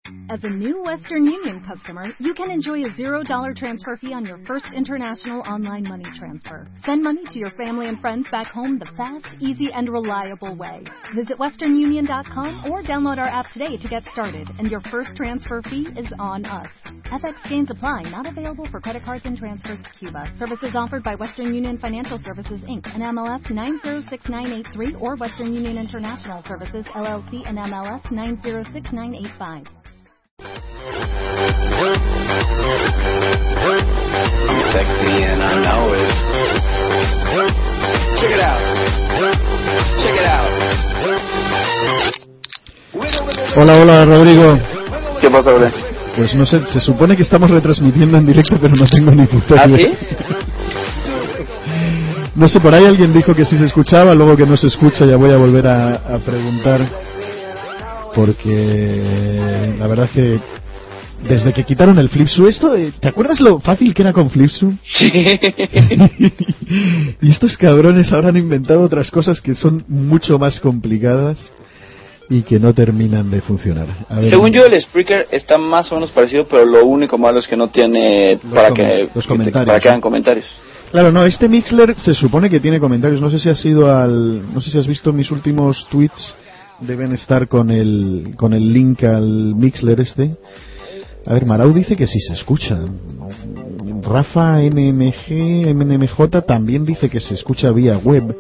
As a new Western Union customer, you can enjoy a $0 transfer fee on your first international online money transfer. Send money to your family and friends back home the fast, easy, and reliable way. Visit westernunion.com or download our app today to get started, and your first transfer fee is on us. FX gains apply, not available for credit cards and transfers to Cuba. Services offered by Western Union Financial Services, Inc., and MLS 906983, or Western Union International Services, LLC, and MLS 906985. I'm sexy and I know it. Check it out. Check it out. Hola, Rodrigo. ¿Qué pasa, bro? Pues no sé, se supone que estamos retransmitiendo en directo, pero no tengo ni puta idea. ¿Ah, sí? No sé, por ahí alguien dijo que sí se escuchaba, luego que no se escucha, ya voy a volver a preguntar. Porque la verdad es que desde que quitaron el Flipsu, ¿te acuerdas lo fácil que era con Flipsu? Sí. Y estos cabrones ahora han inventado otras cosas que son mucho más complicadas y que no terminan de funcionar. A ver, según yo, el Spreaker está más o menos parecido, pero lo único malo es que no tiene para que hagan comentarios. Claro, no, este Mixler se supone que tiene comentarios. No sé si has visto mis últimos tweets. Deben estar con el link al Mixler este. A ver, Marau dice que sí se escucha. Rafa MMJ también dice que se escucha vía web.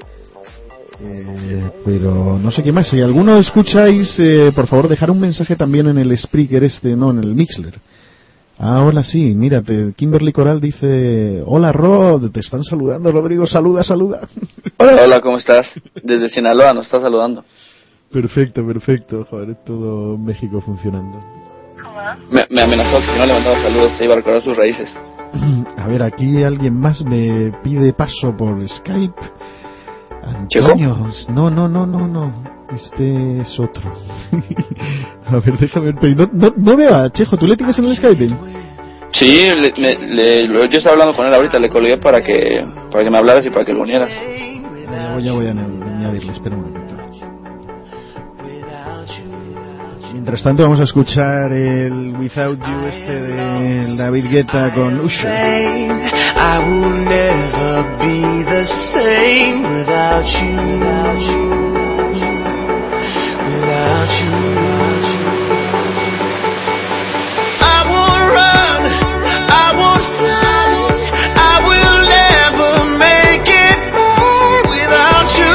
Pero no sé qué más. Si alguno escucháis, por favor, dejar un mensaje también en el Spreaker en el Mixler. Ah, hola, sí, mírate. Kimberly Coral dice: hola, Rod, te están saludando, Rodrigo, saluda. Hola, ¿cómo estás? Desde Sinaloa nos está saludando. Perfecto, joder, todo México funcionando. Me amenazó que si no levantaba saludos se iba a recordar sus raíces. A ver, aquí alguien más me pide paso por Skype. Antonio, no, este es otro. A ver, déjame ver, pero no veo a Chejo, ¿tú le tienes en el Skype? Sí, yo estaba hablando con él ahorita, le colgué para que me hablaras y para que lo unieras. Ya voy a añadirle, espera un momento. Mientras tanto vamos a escuchar el Without You de David Guetta con Usher. I will never be the same without you. Without you. I won't run, I won't fly, I will never make it by without you.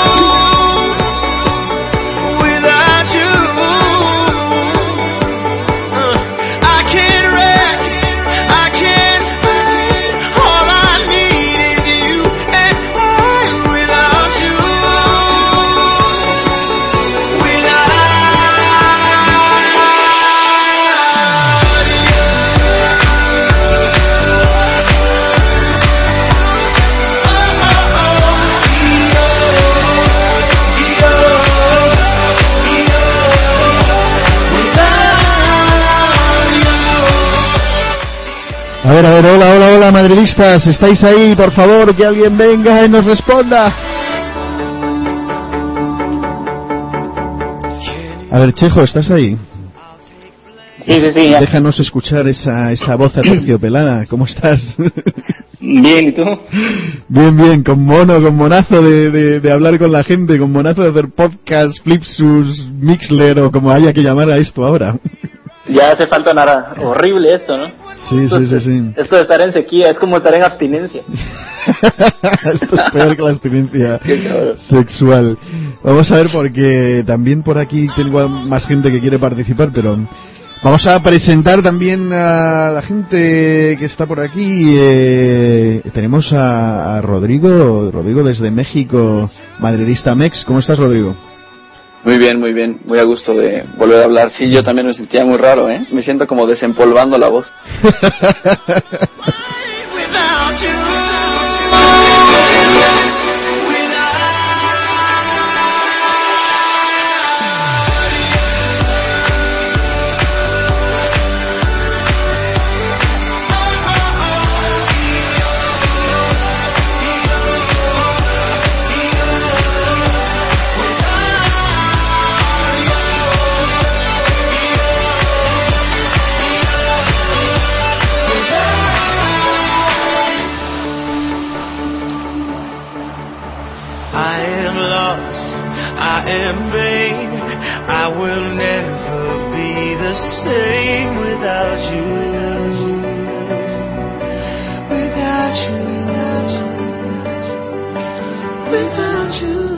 A ver, hola, madridistas, ¿estáis ahí? Por favor, que alguien venga y nos responda. A ver, Chejo, ¿estás ahí? Sí. Ya. Déjanos escuchar esa voz aterciopelada. ¿Cómo estás? Bien, ¿y tú? Bien, con monazo de hablar con la gente, con monazo de hacer podcast, Flipsus, Mixler o como haya que llamar a esto ahora. Ya hace falta nada. Horrible esto, ¿no? Sí. Esto de estar en sequía es como estar en abstinencia. Esto es peor que la abstinencia sexual. Vamos a ver, porque también por aquí tengo más gente que quiere participar, pero vamos a presentar también a la gente que está por aquí. Tenemos a Rodrigo desde México, madridista Mex. ¿Cómo estás, Rodrigo? Muy bien, muy a gusto de volver a hablar. Sí, yo también me sentía muy raro, me siento como desempolvando la voz. the same without you. Without you. Without you.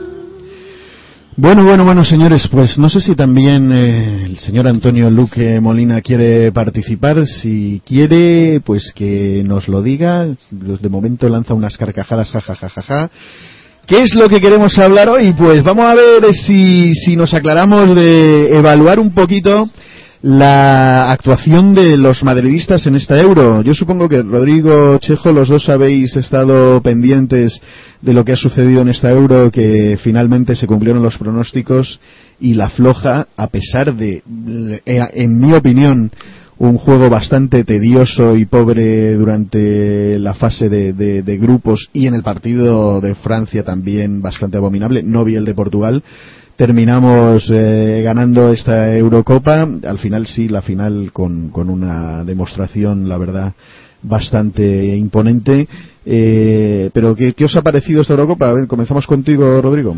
Bueno, señores, pues no sé si también el señor Antonio Luque Molina quiere participar. Si quiere, pues que nos lo diga. De momento lanza unas carcajadas, jajajaja. ¿Qué es lo que queremos hablar hoy? Pues vamos a ver si nos aclaramos de evaluar un poquito la actuación de los madridistas en esta Euro. Yo supongo que Rodrigo, Chejo, los dos habéis estado pendientes de lo que ha sucedido en esta Euro, que finalmente se cumplieron los pronósticos y la floja, a pesar de, en mi opinión, un juego bastante tedioso y pobre durante la fase de grupos, y en el partido de Francia también bastante abominable. No vi el de Portugal. Terminamos ganando esta Eurocopa, al final sí, la final con una demostración, la verdad, bastante imponente. Pero ¿qué os ha parecido esta Eurocopa? A ver, comenzamos contigo, Rodrigo.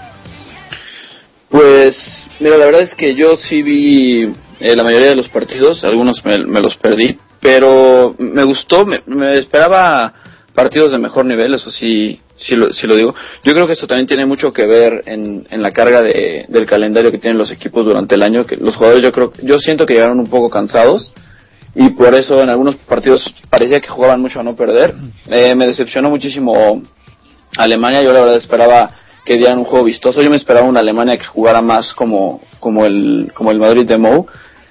Pues, mira, la verdad es que yo sí vi la mayoría de los partidos, algunos me los perdí, pero me gustó, me esperaba partidos de mejor nivel, eso sí lo digo. Yo creo que esto también tiene mucho que ver en la carga del calendario que tienen los equipos durante el año, que los jugadores yo siento que llegaron un poco cansados y por eso en algunos partidos parecía que jugaban mucho a no perder. Me decepcionó muchísimo Alemania. Yo la verdad esperaba que dieran un juego vistoso. Yo me esperaba una Alemania que jugara más como el Madrid de Mou,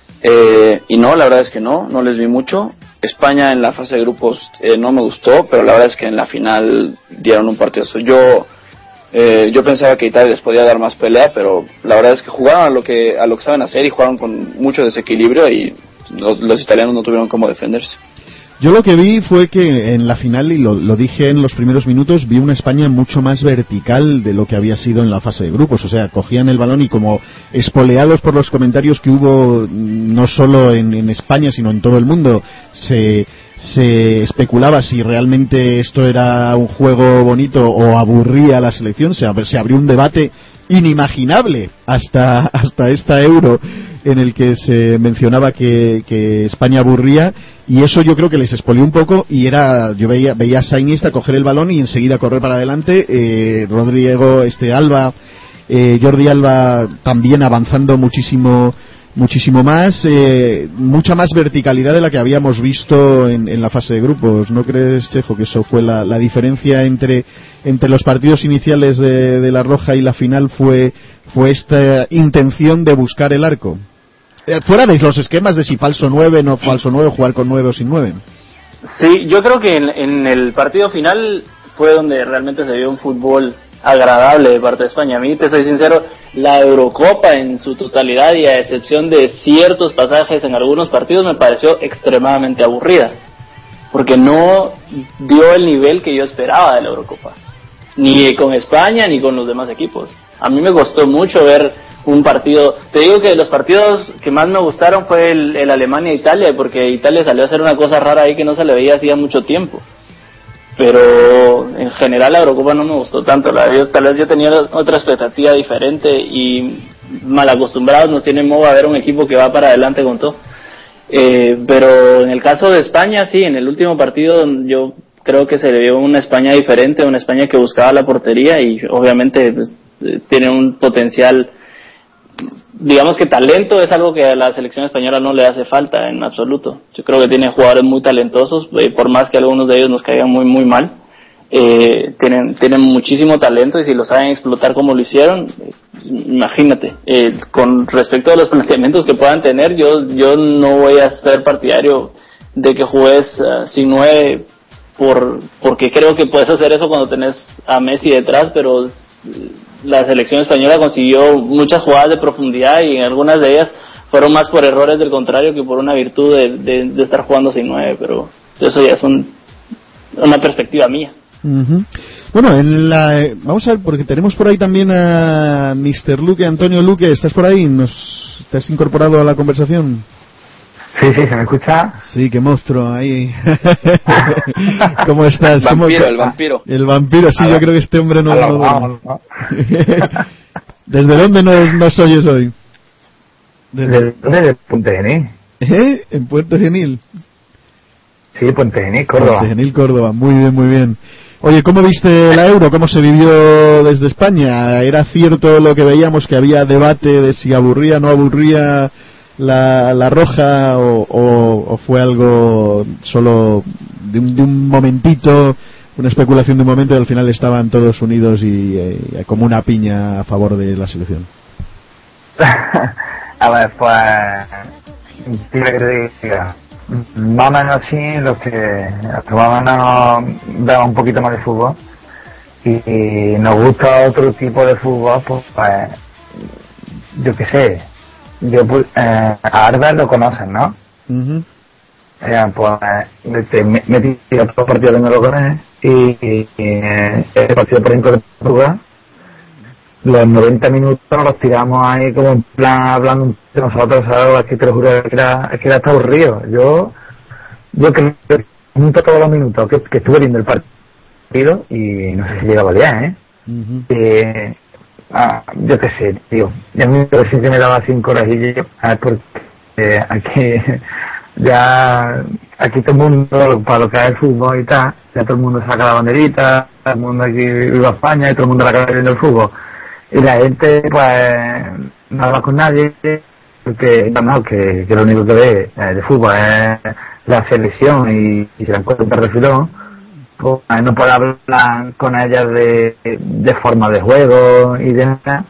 y no, la verdad es que no les vi mucho. España en la fase de grupos no me gustó, pero la verdad es que en la final dieron un partidazo. Yo pensaba que Italia les podía dar más pelea, pero la verdad es que jugaron a lo que saben hacer y jugaron con mucho desequilibrio y los italianos no tuvieron cómo defenderse. Yo lo que vi fue que en la final, y lo dije en los primeros minutos, vi una España mucho más vertical de lo que había sido en la fase de grupos. O sea, cogían el balón y, como espoleados por los comentarios que hubo no solo en España sino en todo el mundo, se especulaba si realmente esto era un juego bonito o aburría a la selección. Se abrió un debate inimaginable hasta esta Euro, en el que se mencionaba que España aburría, y eso yo creo que les expolió un poco. Y yo veía a Sainz coger el balón y enseguida correr para adelante, Rodrigo, Alba, Jordi Alba también avanzando muchísimo más, mucha más verticalidad de la que habíamos visto en la fase de grupos. ¿No crees, Chejo, que eso fue la diferencia entre los partidos iniciales de la Roja y la final? Fue esta intención de buscar el arco, fuera de los esquemas de si falso 9, no falso 9, jugar con 9 o sin 9. Sí, yo creo que en el partido final fue donde realmente se vio un fútbol agradable de parte de España. A mí, te soy sincero, la Eurocopa en su totalidad, y a excepción de ciertos pasajes en algunos partidos, me pareció extremadamente aburrida, porque no dio el nivel que yo esperaba de la Eurocopa, ni con España ni con los demás equipos. A mí me costó mucho ver un partido. Te digo que los partidos que más me gustaron fue el Alemania-Italia, porque Italia salió a hacer una cosa rara ahí que no se le veía hacía mucho tiempo. Pero en general la Eurocopa no me gustó tanto. Tal vez yo tenía otra expectativa diferente, y mal acostumbrados nos tiene modo a ver un equipo que va para adelante con todo. Pero en el caso de España, sí, en el último partido yo creo que se le vio una España diferente, una España que buscaba la portería, y obviamente pues, tiene un potencial. Digamos que talento es algo que a la selección española no le hace falta en absoluto. Yo creo que tiene jugadores muy talentosos, por más que algunos de ellos nos caigan muy muy mal. Tienen muchísimo talento, y si lo saben explotar como lo hicieron, imagínate. Con respecto a los planteamientos que puedan tener, yo no voy a ser partidario de que juegues sin 9, porque creo que puedes hacer eso cuando tenés a Messi detrás, pero la selección española consiguió muchas jugadas de profundidad, y en algunas de ellas fueron más por errores del contrario que por una virtud de estar jugando sin 9, pero eso ya es una perspectiva mía. Uh-huh. Bueno, vamos a ver, porque tenemos por ahí también a Mr. Luque, Antonio Luque. ¿Estás por ahí? ¿Te has incorporado a la conversación? Sí, ¿se me escucha? Sí, qué monstruo ahí. ¿Cómo estás? El vampiro. El vampiro, sí, yo creo que este hombre no. ¿Desde dónde nos oyes hoy? De Puente Genil. En Puente Genil. Sí, Puente Genil, Córdoba. Puente Genil, Córdoba, muy bien, muy bien. Oye, ¿cómo viste la Euro? ¿Cómo se vivió desde España? ¿Era cierto lo que veíamos, que había debate de si aburría o no aburría la roja, o fue algo solo de un momentito, una especulación de un momento, y al final estaban todos unidos y como una piña a favor de la selección? A ver, pues, tiene que te diga, más o menos así, los que más o menos vemos un poquito más de fútbol y nos gusta otro tipo de fútbol, pues yo qué sé, a Arda lo conocen, ¿no? Uh-huh. Pues me tiré otro partido que no lo conoces y el partido, por ejemplo, de Portugal, los 90 minutos los tiramos ahí como en plan hablando de nosotros, ¿sabes? Es que te lo juro que era hasta aburrido. Yo creo que junto a todos los minutos que estuve viendo el partido, y no sé si llegaba a 10, Uh-huh. Yo qué sé, tío, y a mí sí que me daba 5 horas y yo, porque aquí todo el mundo, para lo que es el fútbol y tal, ya todo el mundo saca la banderita, todo el mundo aquí vive a España y todo el mundo la acaba viendo el fútbol. Y la gente, pues, no habla con nadie, porque que lo único que ve de fútbol es la selección y se la encuentra de filón, pues no puede hablar con ellas de forma de juego y de nada.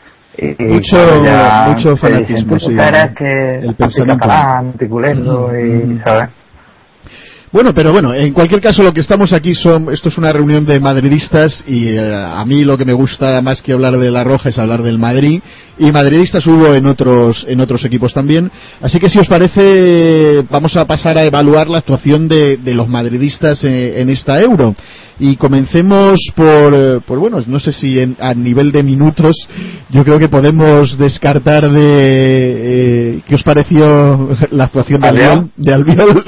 Mucho fanatismo, sí. El pensamiento anticulero y, ¿sabes? Bueno, pero bueno, en cualquier caso lo que estamos aquí esto es una reunión de madridistas y a mí lo que me gusta más que hablar de la roja es hablar del Madrid, y madridistas hubo en otros equipos también, así que si os parece vamos a pasar a evaluar la actuación de los madridistas en esta Euro. Y comencemos por bueno, no sé si a nivel de minutos, yo creo que podemos descartar ¿qué os pareció la actuación de Albiol?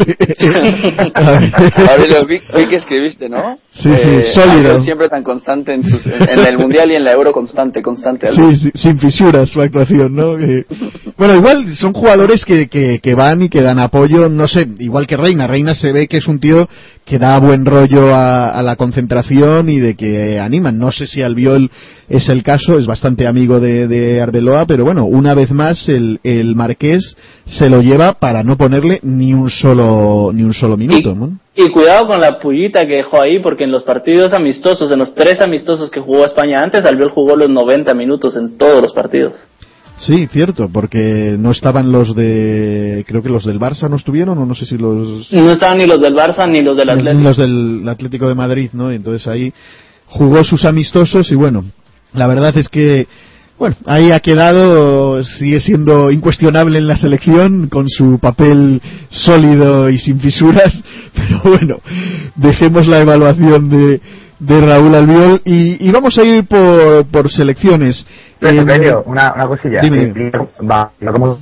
Albiol, vi que escribiste, ¿no? Sí, sólido. Albiol siempre tan constante en el Mundial y en la Euro, constante. Sí, sin fisuras su actuación, ¿no? Bueno, igual son jugadores que van y que dan apoyo, no sé, igual que Reina se ve que es un tío que da buen rollo a la concentración y de que animan. No sé si Albiol es el caso, es bastante amigo de Arbeloa, pero bueno, una vez más el marqués se lo lleva para no ponerle ni un solo minuto, ¿no? Y cuidado con la pullita que dejó ahí, porque en los partidos amistosos, en los 3 amistosos que jugó España antes, Albiol jugó los 90 minutos en todos los partidos. Sí, cierto, porque no estaban creo que los del Barça no estuvieron, o no sé si los... No estaban ni los del Barça ni los del Atlético. Ni los del Atlético de Madrid, ¿no? Entonces ahí jugó sus amistosos y bueno, la verdad es que, bueno, ahí ha quedado, sigue siendo incuestionable en la selección, con su papel sólido y sin fisuras, pero bueno, dejemos la evaluación de Raúl Albiol y vamos a ir por selecciones. Pero, una cosilla. Dime. ¿Cómo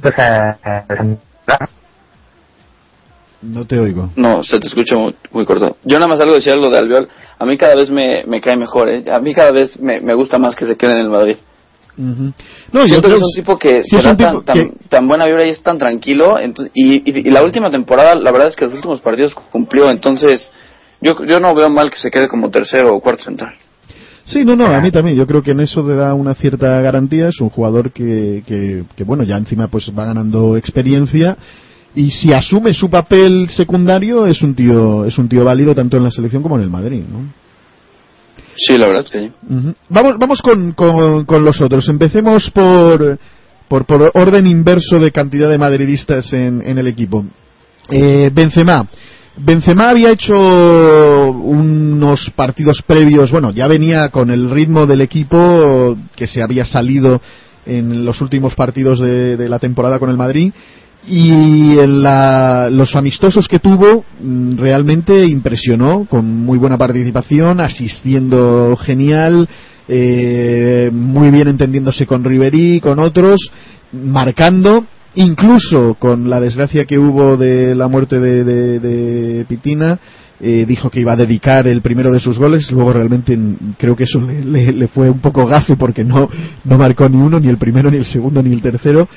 No te oigo. No, se te escucha muy corto. Yo nada más decir algo de Albiol. A mí cada vez me cae mejor, ¿eh? A mí cada vez me gusta más que se quede en el Madrid. Uh-huh. No, siento que es un tipo que tan buena vibra y es tan tranquilo. Y la última temporada, la verdad es que los últimos partidos cumplió. Entonces, yo no veo mal que se quede como tercero o cuarto central. Sí, no, a mí también. Yo creo que en eso le da una cierta garantía. Es un jugador que bueno, ya encima pues va ganando experiencia. Y si asume su papel secundario, es un tío válido tanto en la selección como en el Madrid, ¿no? Sí, la verdad es que sí. Uh-huh. Vamos con los otros. Empecemos por orden inverso de cantidad de madridistas en el equipo. Benzema había hecho unos partidos previos, bueno, ya venía con el ritmo del equipo que se había salido en los últimos partidos de la temporada con el Madrid, y en los amistosos que tuvo realmente impresionó, con muy buena participación, asistiendo genial, muy bien entendiéndose con Ribéry, con otros, marcando. Incluso con la desgracia que hubo de la muerte de Pitina, dijo que iba a dedicar el primero de sus goles. Luego realmente creo que eso le fue un poco gafe, porque no marcó ni uno, ni el primero, ni el segundo, ni el tercero.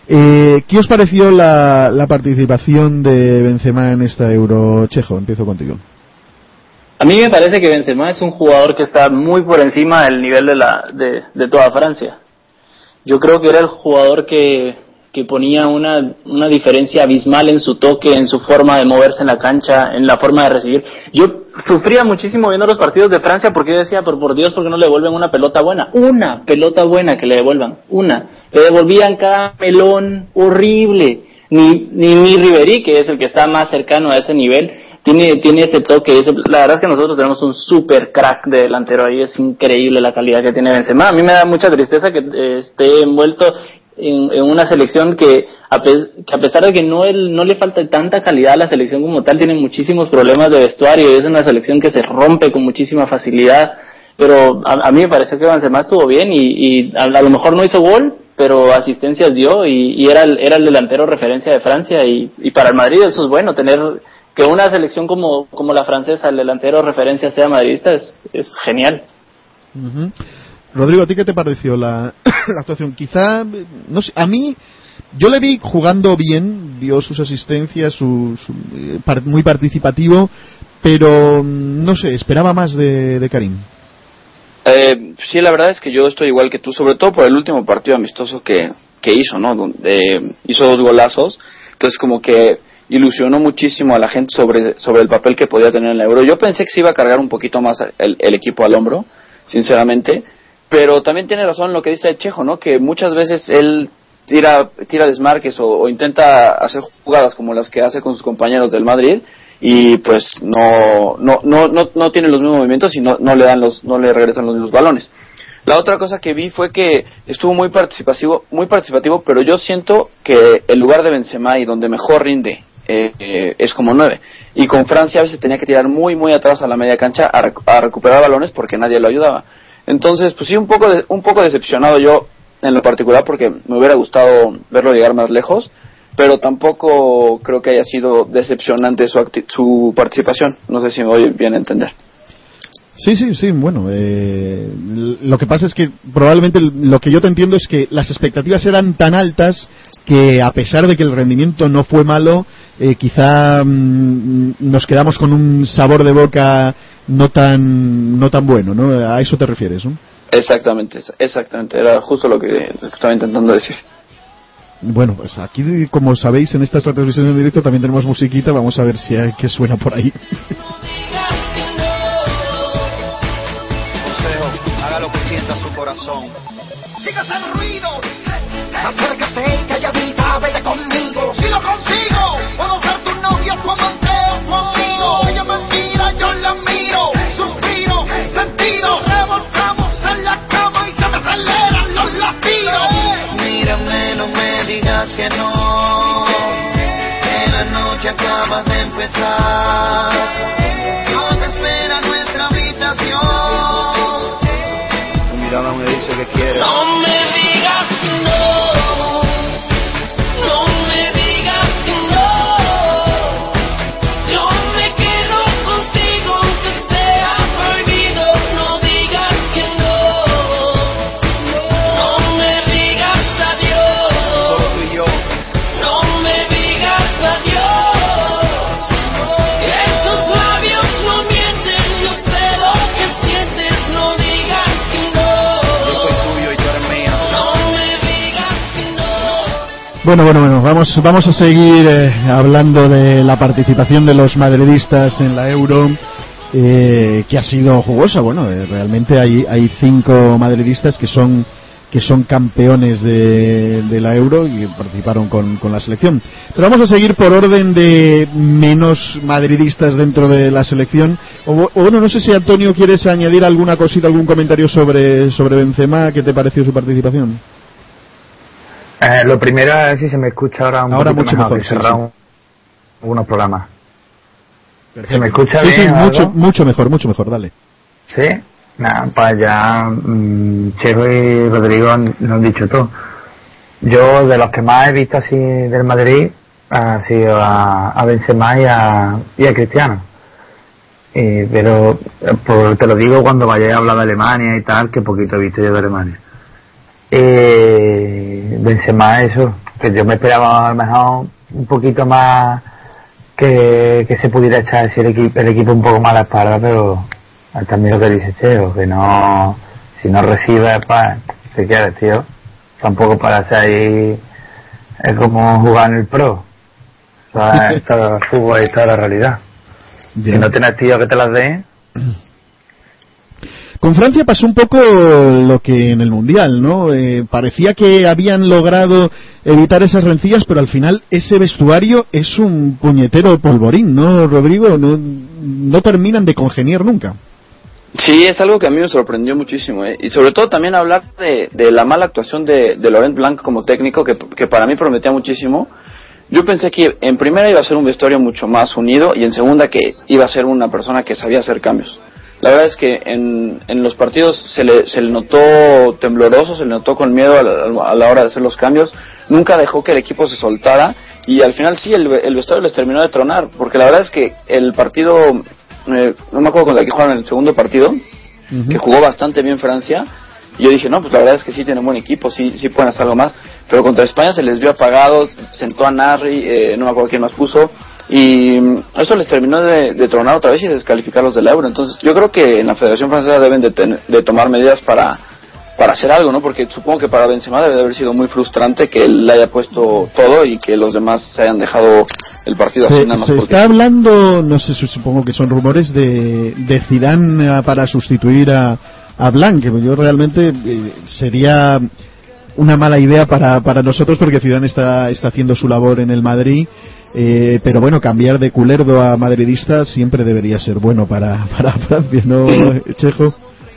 ¿Qué os pareció la participación de Benzema en esta Euro? Chejo, empiezo contigo. A mí me parece que Benzema es un jugador que está muy por encima del nivel de toda Francia. Yo creo que era el jugador que ponía una diferencia abismal en su toque, en su forma de moverse en la cancha, en la forma de recibir. Yo sufría muchísimo viendo los partidos de Francia porque yo decía, pero por Dios, ¿por qué no le devuelven una pelota buena? Una pelota buena que le devuelvan, una. Le devolvían cada melón horrible. Ni Ribéry, que es el que está más cercano a ese nivel, tiene ese toque. La verdad es que nosotros tenemos un super crack de delantero ahí, es increíble la calidad que tiene Benzema. A mí me da mucha tristeza que esté envuelto en una selección que a pesar de que no le falta tanta calidad a la selección como tal, tiene muchísimos problemas de vestuario, y es una selección que se rompe con muchísima facilidad. Pero a mí me pareció que Benzema estuvo bien y a lo mejor no hizo gol, pero asistencias dio y era el delantero referencia de Francia, y para el Madrid eso es bueno, tener que una selección como la francesa, el delantero referencia sea madridista, es genial. Uh-huh. Rodrigo, ¿a ti qué te pareció la actuación? Quizá, no sé, a mí, yo le vi jugando bien, dio sus asistencias, muy participativo, pero no sé, esperaba más de Karim. Sí, la verdad es que yo estoy igual que tú, sobre todo por el último partido amistoso que hizo, ¿no? Donde hizo 2 golazos, entonces como que ilusionó muchísimo a la gente sobre el papel que podía tener en la Euro. Yo pensé que se iba a cargar un poquito más el equipo al hombro, sinceramente, pero también tiene razón lo que dice el Chejo, ¿no? Que muchas veces él tira desmarques o intenta hacer jugadas como las que hace con sus compañeros del Madrid, y pues no tiene los mismos movimientos y no le regresan los mismos balones. La otra cosa que vi fue que estuvo muy participativo, pero yo siento que el lugar de Benzema y donde mejor rinde es como 9, y con Francia a veces tenía que tirar muy muy atrás a la media cancha a recuperar balones porque nadie lo ayudaba. Entonces pues sí, un poco decepcionado yo en lo particular, porque me hubiera gustado verlo llegar más lejos, pero tampoco creo que haya sido decepcionante su participación. No sé si me voy bien a entender. Sí, bueno, lo que pasa es que probablemente lo que yo te entiendo es que las expectativas eran tan altas que, a pesar de que el rendimiento no fue malo, quizá nos quedamos con un sabor de boca no tan bueno, ¿no? A eso te refieres, ¿no? Exactamente, era justo lo que estaba intentando decir. Bueno, pues aquí, como sabéis, en estas transmisiones en directo también tenemos musiquita, vamos a ver si hay que suena por ahí. Haga lo que sienta su corazón. Sigas el ruido. Acércate, calladita, vete conmigo. Si lo consigo, puedo ser tu novio, tu amante o tu amigo. Ella me mira, yo la miro. Suspiro, sentido. Revolcamos en la cama y se me aceleran los latidos. Mírame, no me digas que no. Que la noche acaba de empezar. Nos espera nuestra habitación. Mirada me dice que quiere. No me digas que no. No me digas que no. Yo me quedo contigo aunque sea prohibido. No digas que no. No me digas adiós. Solo tú y yo. No me digas adiós. Que estos labios no mienten. Yo sé lo que sientes. No digas que no. Bueno, vamos a seguir hablando de la participación de los madridistas en la Euro, que ha sido jugosa. Bueno, realmente hay 5 madridistas que son campeones de la Euro y participaron con la selección. Pero vamos a seguir por orden de menos madridistas dentro de la selección. O bueno, no sé si, Antonio, quieres añadir alguna cosita, algún comentario sobre Benzema. ¿Qué te pareció su participación? Lo primero es ver si se me escucha ahora mucho mejor, que cerrado unos programas. Perfecto. ¿Se me escucha bien? Sí, mucho mejor, dale. ¿Sí? Nada, pues ya Chejo y Rodrigo lo han dicho todo. Yo, de los que más he visto así del Madrid, ha sido a Benzema y a Cristiano. Pero te lo digo cuando vayáis a hablar de Alemania y tal, que poquito he visto yo de Alemania. Benzema, eso, que yo me esperaba a lo mejor un poquito más que se pudiera echar así el equipo un poco más a la espalda, pero también lo que dice Cheo, que no, si no recibes, pues te quedas, tío. Tampoco para hacer ahí es como jugar en el pro. Todo el fútbol y toda la realidad. Bien. Si no tienes tío que te las den. Con Francia pasó un poco lo que en el Mundial, ¿no? Parecía que habían logrado evitar esas rencillas, pero al final ese vestuario es un puñetero polvorín, ¿no, Rodrigo? No terminan de congeniar nunca. Sí, es algo que a mí me sorprendió muchísimo, y sobre todo también hablar de la mala actuación de Laurent Blanc como técnico, que para mí prometía muchísimo. Yo pensé que en primera iba a ser un vestuario mucho más unido, y en segunda que iba a ser una persona que sabía hacer cambios. La verdad es que en los partidos se le notó tembloroso, se le notó con miedo a la hora de hacer los cambios. Nunca dejó que el equipo se soltara, y al final sí, el vestuario les terminó de tronar, porque la verdad es que el partido, no me acuerdo contra qué jugaron en el segundo partido, que jugó bastante bien Francia, y yo dije, no, pues la verdad es que sí tienen buen equipo, sí pueden hacer algo más, pero contra España se les vio apagado, sentó a Narri, no me acuerdo quién más puso, y eso les terminó de tronar otra vez y descalificarlos del Euro. Entonces yo creo que en la Federación Francesa deben de tomar medidas para hacer algo, ¿no? Porque supongo que para Benzema debe de haber sido muy frustrante que él le haya puesto todo y que los demás se hayan dejado el partido así nada más. Se está hablando, no sé, supongo que son rumores de Zidane para sustituir a Blanc, que yo realmente sería una mala idea para nosotros, porque Zidane está haciendo su labor en el Madrid, pero bueno, cambiar de culerdo a madridista siempre debería ser bueno para Francia, ¿no, Chejo?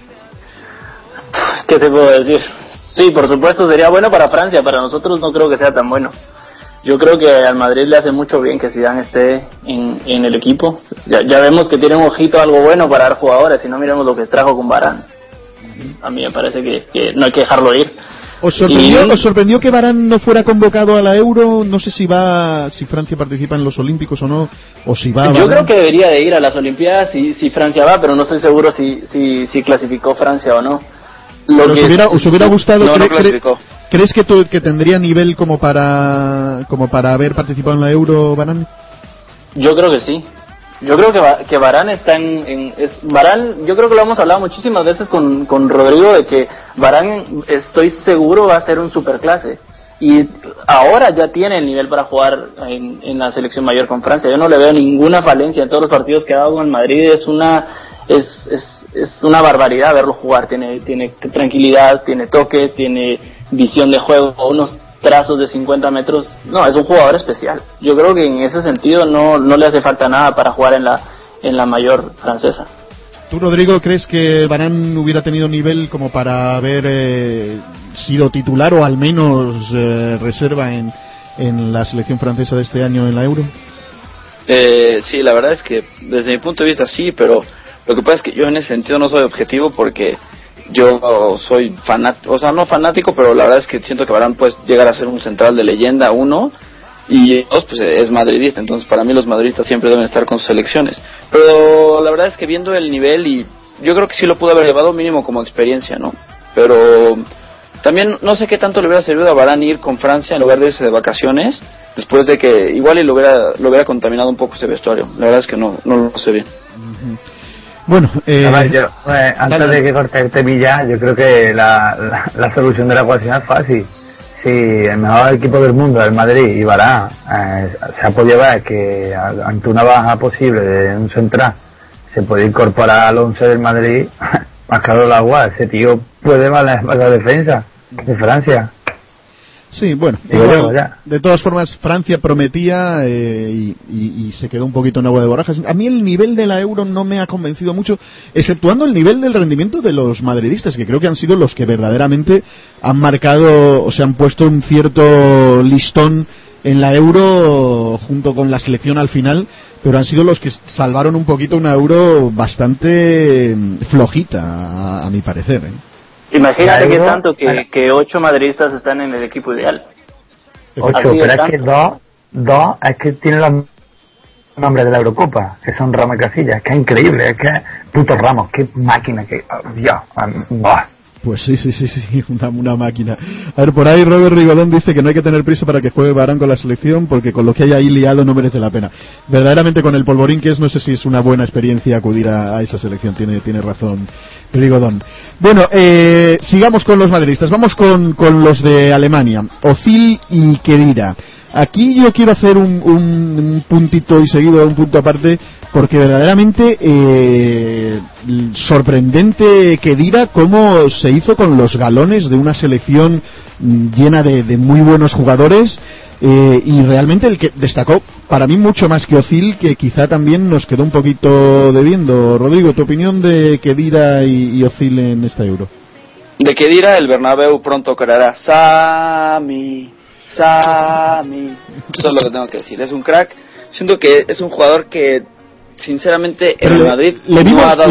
¿Qué te puedo decir? Sí, por supuesto sería bueno para Francia, para nosotros no creo que sea tan bueno. Yo creo que al Madrid le hace mucho bien que Zidane esté en el equipo. Ya vemos que tiene un ojito algo bueno para dar jugadores, si no miremos lo que trajo con Varane. A mí me parece que no hay que dejarlo ir. ¿Os sorprendió que Varane no fuera convocado a la Euro? No sé si Francia participa en los Olímpicos o no, o si va. Yo creo que debería de ir a las Olimpiadas si Francia va, pero no estoy seguro si clasificó Francia o no. ¿Os hubiera gustado? No clasificó. ¿Crees que tendría nivel como para haber participado en la Euro, Varane? Yo creo que sí. Yo creo que Varane está Varane, yo creo que lo hemos hablado muchísimas veces con Rodrigo, de que Varane, estoy seguro, va a ser un superclase. Y ahora ya tiene el nivel para jugar en la selección mayor con Francia. Yo no le veo ninguna falencia en todos los partidos que ha dado en Madrid. Es una barbaridad verlo jugar. Tiene tranquilidad, tiene toque, tiene visión de juego, unos trazos de 50 metros. No, es un jugador especial. Yo creo que en ese sentido no le hace falta nada para jugar en la mayor francesa. ¿Tú, Rodrigo, crees que Varane hubiera tenido nivel como para haber sido titular o al menos reserva en la selección francesa de este año en la Euro? Sí, la verdad es que desde mi punto de vista sí, pero lo que pasa es que yo en ese sentido no soy objetivo, porque yo soy fanático, o sea, no fanático, pero la verdad es que siento que Varane puede llegar a ser un central de leyenda, uno, y dos, pues es madridista. Entonces para mí los madridistas siempre deben estar con sus selecciones, pero la verdad es que viendo el nivel, y yo creo que sí lo pudo haber llevado mínimo como experiencia, ¿no? Pero también no sé qué tanto le hubiera servido a Varane ir con Francia en lugar de irse de vacaciones, después de que igual y lo hubiera contaminado un poco ese vestuario. La verdad es que no lo sé bien. Bueno, antes de que corte el temilla, yo creo que la solución de la ecuación es fácil. Si el mejor equipo del mundo, el Madrid, y Varane, se ha podido ver que ante una baja posible de un central se puede incorporar al 11 del Madrid, más claro el agua, ese tío puede valer la defensa de Francia. Sí, bueno, de todas formas Francia prometía y se quedó un poquito en agua de borrajas. A mí el nivel de la Euro no me ha convencido mucho, exceptuando el nivel del rendimiento de los madridistas, que creo que han sido los que verdaderamente han marcado, o sea, han puesto un cierto listón en la Euro junto con la selección al final, pero han sido los que salvaron un poquito una Euro bastante flojita, a mi parecer, Imagínate que tanto que 8 madridistas están en el equipo ideal. 8, pero es que dos es que tienen los nombres de la Eurocopa, que son Ramos y Casillas, que es increíble, es que puto Ramos, qué máquina, que Dios, Pues sí, una máquina. A ver, por ahí Robert Rigodón dice que no hay que tener prisa para que juegue Varane con la selección, porque con lo que hay ahí liado no merece la pena. Verdaderamente, con el polvorín que es, no sé si es una buena experiencia acudir a esa selección. Tiene razón Rigodón. Bueno, sigamos con los madridistas. Vamos con los de Alemania, Özil y Khedira. Aquí yo quiero hacer un puntito y seguido un punto aparte, porque verdaderamente sorprendente Khedira cómo se hizo con los galones de una selección llena de muy buenos jugadores, y realmente el que destacó para mí mucho más que Özil, que quizá también nos quedó un poquito debiendo. Rodrigo, tu opinión de Khedira y Özil en esta Euro. De Khedira, el Bernabéu pronto creará Sami. Eso es lo que tengo que decir. Es un crack. Siento que es un jugador que, sinceramente, en el Madrid le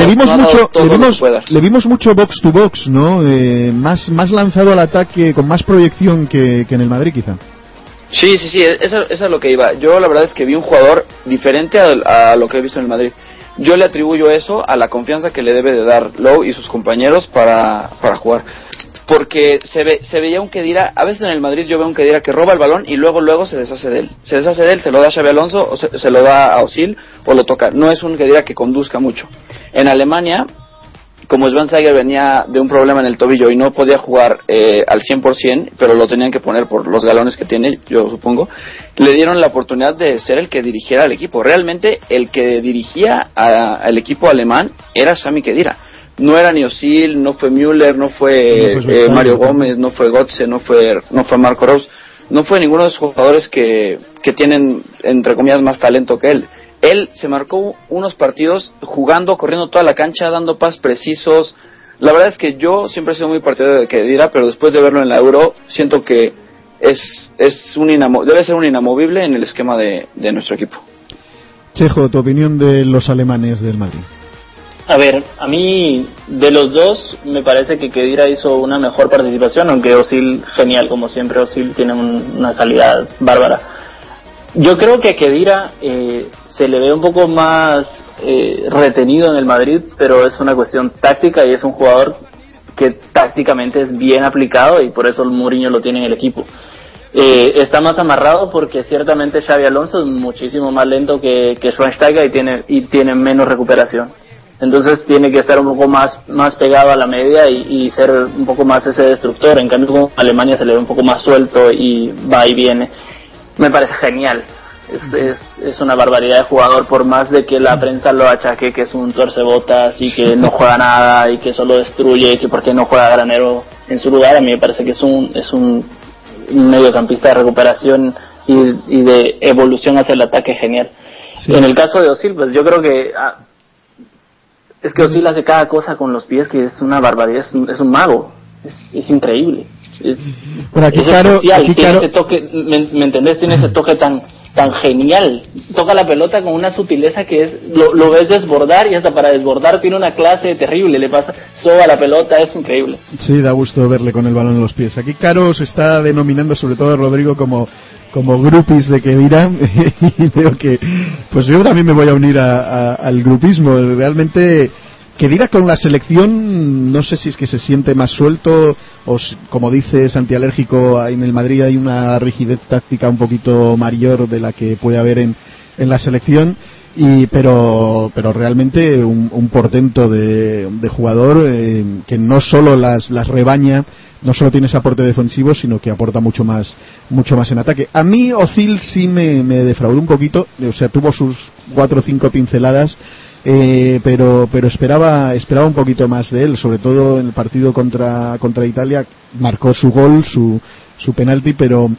vimos mucho box to box, ¿no? Más lanzado al ataque, con más proyección que en el Madrid, quizá. Sí, eso es lo que iba. Yo la verdad es que vi un jugador diferente a lo que he visto en el Madrid. Yo le atribuyo eso a la confianza que le debe de dar Lowe y sus compañeros para jugar. Porque se veía un Khedira, a veces en el Madrid yo veo un Khedira que roba el balón y luego se deshace de él. Se lo da a Xabi Alonso, o se lo da a Özil, o lo toca. No es un Khedira que conduzca mucho. En Alemania, como Schweinsteiger venía de un problema en el tobillo y no podía jugar al 100%, pero lo tenían que poner por los galones que tiene, yo supongo, le dieron la oportunidad de ser el que dirigiera al equipo. Realmente el que dirigía al equipo alemán era Sami Khedira. No era ni Özil, no fue Müller, no fue Mario Gómez, no fue Götze, no fue Marco Reus, no fue ninguno de esos jugadores que tienen, entre comillas, más talento que él. Él se marcó unos partidos jugando, corriendo toda la cancha, dando pases precisos. La verdad es que yo siempre he sido muy partidario de Khedira, pero después de verlo en la Euro, siento que debe ser un inamovible en el esquema de nuestro equipo. Chejo, tu opinión de los alemanes del Madrid. A ver, a mí de los dos me parece que Khedira hizo una mejor participación, aunque Özil, genial como siempre. Özil tiene una calidad bárbara. Yo creo que Khedira se le ve un poco más retenido en el Madrid, pero es una cuestión táctica y es un jugador que tácticamente es bien aplicado y por eso el Mourinho lo tiene en el equipo. Está más amarrado porque ciertamente Xabi Alonso es muchísimo más lento que Schweinsteiger y tiene menos recuperación. Entonces tiene que estar un poco más pegado a la media y ser un poco más ese destructor. En cambio, como Alemania se le ve un poco más suelto y va y viene. Me parece genial. Es una barbaridad de jugador, por más de que la prensa lo achaque que es un torcebotas y que no juega nada y que solo destruye y que por qué no juega Granero en su lugar. A mí me parece que es un mediocampista de recuperación y de evolución hacia el ataque genial. Sí. En el caso de Özil, pues yo creo que es que Özil hace cada cosa con los pies que es una barbaridad, es un mago, es increíble. Bueno, aquí claro, tiene ese toque, ¿me entendés? Tiene ese toque tan genial. Toca la pelota con una sutileza que es lo ves desbordar y hasta para desbordar tiene una clase terrible. Le pasa soba la pelota, es increíble. Sí, da gusto verle con el balón en los pies. Aquí Caro se está denominando, sobre todo Rodrigo, como groupies de Khedira y veo que pues yo también me voy a unir al grupismo. Realmente Khedira con la selección no sé si es que se siente más suelto o como dices antialérgico, en el Madrid hay una rigidez táctica un poquito mayor de la que puede haber en la selección, pero realmente un portento de jugador que no solo las rebaña, no solo tiene ese aporte defensivo, sino que aporta mucho más en ataque. A mí Özil sí me defraudó un poquito, o sea, tuvo sus 4 o 5 pinceladas, pero esperaba un poquito más de él, sobre todo en el partido contra Italia. Marcó su gol, su penalti, pero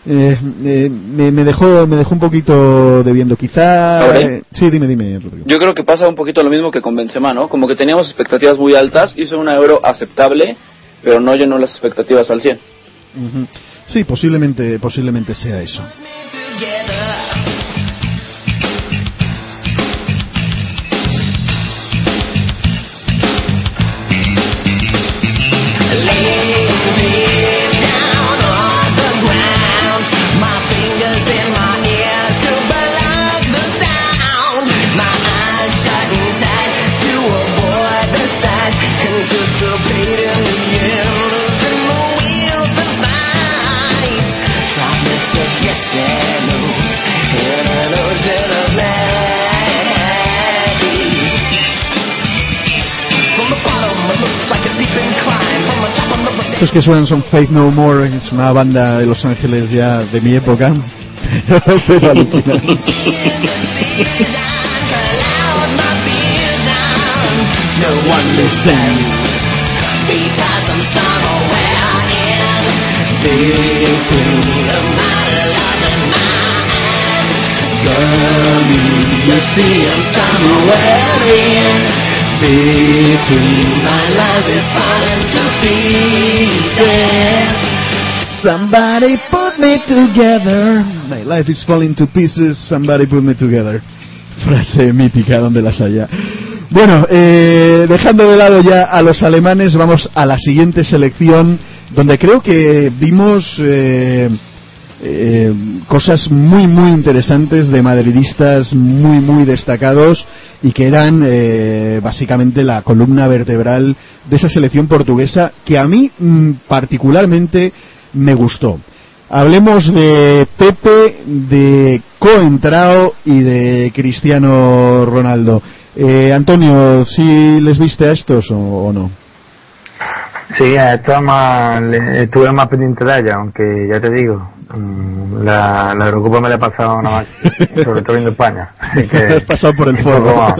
me dejó un poquito debiendo, quizá. Sí, dime, Rodrigo. Yo creo que pasa un poquito lo mismo que con Benzema, ¿no? Como que teníamos expectativas muy altas, hizo una Euro aceptable, pero no llenó las expectativas al 100. Uh-huh. Sí, posiblemente sea eso. estos que suenan son Faith No More, es una banda de Los Ángeles ya de mi época. Pero alucina. Somebody put me together. My life is falling to pieces. Somebody put me together. Frase mítica donde las haya. Bueno, dejando de lado ya a los alemanes, vamos a la siguiente selección, donde creo que vimos cosas muy muy interesantes de madridistas muy muy destacados y que eran básicamente la columna vertebral de esa selección portuguesa que a mí particularmente me gustó. Hablemos de Pepe, de Coentrao y de Cristiano Ronaldo. Antonio, ¿sí les viste a estos o no? Sí, estuve más pendiente de ella, aunque ya te digo, la Eurocopa me la he pasado nada más, sobre todo viendo España. Así que has pasado por el foro.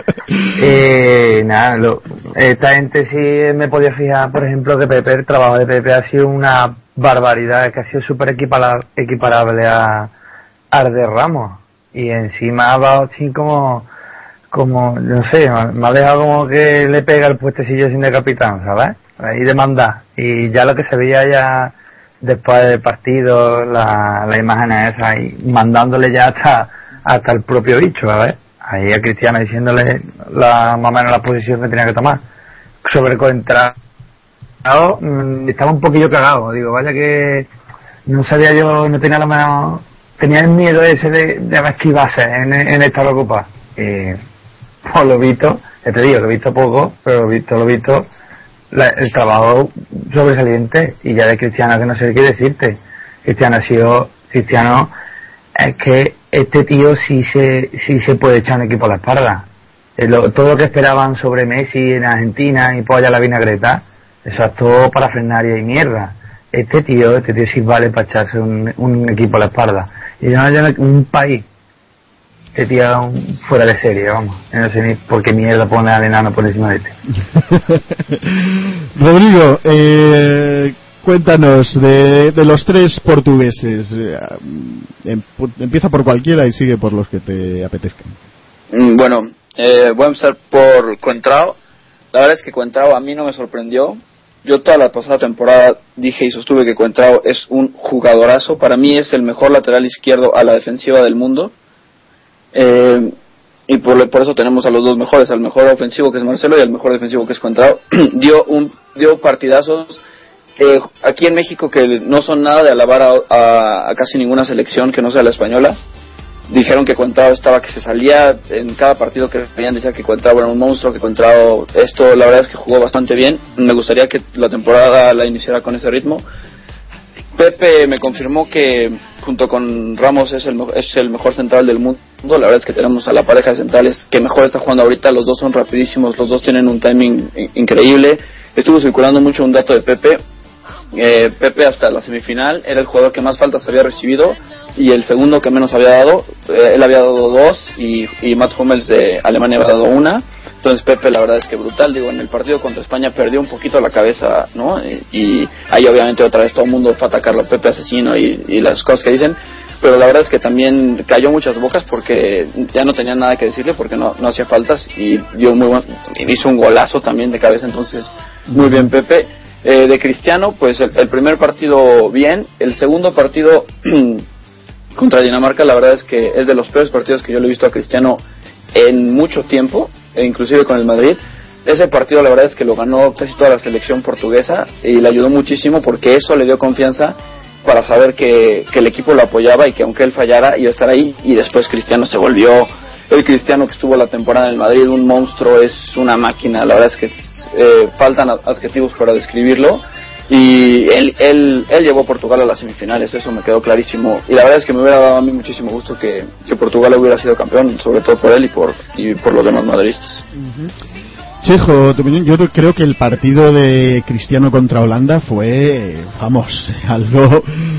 Esta gente sí me podía fijar, por ejemplo, que Pepe, el trabajo de Pepe ha sido una barbaridad, que ha sido súper equiparable al de Ramos. Y encima ha dado así como no sé, me ha dejado como que le pega el puestecillo sin de capitán, ¿sabes? Ahí de mandar. Y ya lo que se veía ya después del partido, las imágenes esas, y mandándole ya hasta el propio bicho, ¿sabes? Ahí a Cristiano diciéndole más o menos la posición que tenía que tomar. Sobre Coentrao, estaba un poquillo cagado, digo, vaya que no sabía yo, no tenía tenía el miedo ese de esquivarse en esta Eurocopa. Por lo visto, ya te digo, lo he visto poco, pero lo he visto el trabajo sobresaliente. Y ya de Cristiano, que no sé qué decirte. Cristiano es que este tío sí se puede echar un equipo a la espalda. Todo lo que esperaban sobre Messi en Argentina y polla la vinagreta, eso es todo para frenaria y mierda. Este tío sí vale para echarse un equipo a la espalda. Y no hay un país que tío fuera de serie, vamos. No sé ni por qué mierda pone al enano por encima de este. Rodrigo, cuéntanos de los tres portugueses. Empieza por cualquiera y sigue por los que te apetezcan. Bueno, voy a empezar por Coentrao. La verdad es que Coentrao a mí no me sorprendió. Yo toda la pasada temporada dije y sostuve que Coentrao es un jugadorazo. Para mí es el mejor lateral izquierdo a la defensiva del mundo. Y por eso tenemos a los dos mejores, al mejor ofensivo que es Marcelo y al mejor defensivo que es Coentrao. dio partidazos aquí en México que no son nada de alabar a casi ninguna selección que no sea la española. Dijeron que Coentrao estaba que se salía en cada partido que veían, decía que Coentrao era un monstruo, que Coentrao la verdad es que jugó bastante bien. Me gustaría que la temporada la iniciara con ese ritmo. Pepe me confirmó que junto con Ramos es el mejor central del mundo. La verdad es que tenemos a la pareja de centrales que mejor está jugando ahorita. Los dos son rapidísimos, los dos tienen un timing increíble. Estuvo circulando mucho un dato de Pepe. Pepe hasta la semifinal era el jugador que más faltas había recibido y el segundo que menos había dado. Él había dado 2 y Mats Hummels de Alemania había dado 1. Entonces Pepe la verdad es que brutal. Digo, en el partido contra España perdió un poquito la cabeza, ¿no? Y ahí obviamente otra vez todo el mundo fue a atacarlo a Pepe asesino y las cosas que dicen. Pero la verdad es que también cayó muchas bocas porque ya no tenía nada que decirle porque no hacía faltas y hizo un golazo también de cabeza. Entonces muy bien Pepe. De Cristiano, pues el primer partido bien. El segundo partido contra Dinamarca la verdad es que es de los peores partidos que yo le he visto a Cristiano en mucho tiempo, e inclusive con el Madrid. Ese partido la verdad es que lo ganó casi toda la selección portuguesa y le ayudó muchísimo porque eso le dio confianza para saber que el equipo lo apoyaba y que aunque él fallara iba a estar ahí. Y después Cristiano se volvió el Cristiano que estuvo la temporada en el Madrid, un monstruo, es una máquina. La verdad es que faltan adjetivos para describirlo. Y él llevó a Portugal a las semifinales, eso me quedó clarísimo. Y la verdad es que me hubiera dado a mí muchísimo gusto que Portugal hubiera sido campeón, sobre todo por él y por los demás madridistas. Chejo, tu opinión. Yo creo que el partido de Cristiano contra Holanda fue, vamos, algo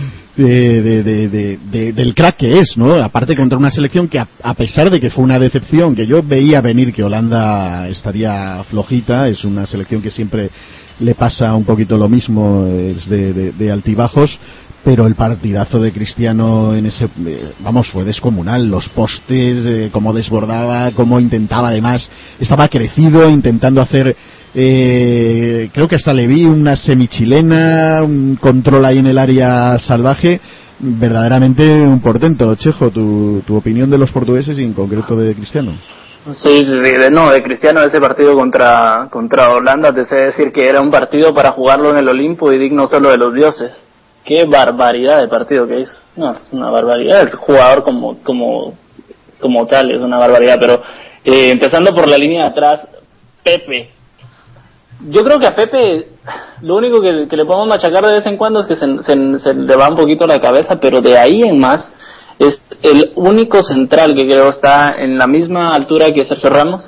del crack que es, ¿no? Aparte contra una selección que a pesar de que fue una decepción, que yo veía venir que Holanda estaría flojita, es una selección que siempre le pasa un poquito lo mismo, es de altibajos, pero el partidazo de Cristiano en ese, vamos, fue descomunal. Los postes, cómo desbordaba, cómo intentaba, además, estaba crecido, intentando hacer, creo que hasta le vi una semichilena, un control ahí en el área salvaje, verdaderamente un portento. Chejo, tu opinión de los portugueses y en concreto de Cristiano. Sí, de Cristiano, ese partido contra Holanda, te sé decir que era un partido para jugarlo en el Olimpo y digno solo de los dioses. Qué barbaridad de partido que hizo. No, es una barbaridad. El jugador como tal es una barbaridad. Pero empezando por la línea de atrás, Pepe. Yo creo que a Pepe lo único que le podemos machacar de vez en cuando es que se le va un poquito la cabeza, pero de ahí en más es el único central que creo está en la misma altura que Sergio Ramos.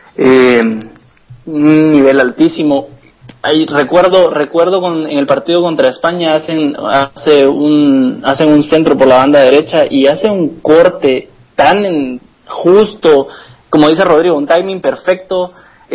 Un nivel altísimo. Ahí recuerdo en el partido contra España hacen un centro por la banda derecha y hace un corte tan justo, como dice Rodrigo, un timing perfecto,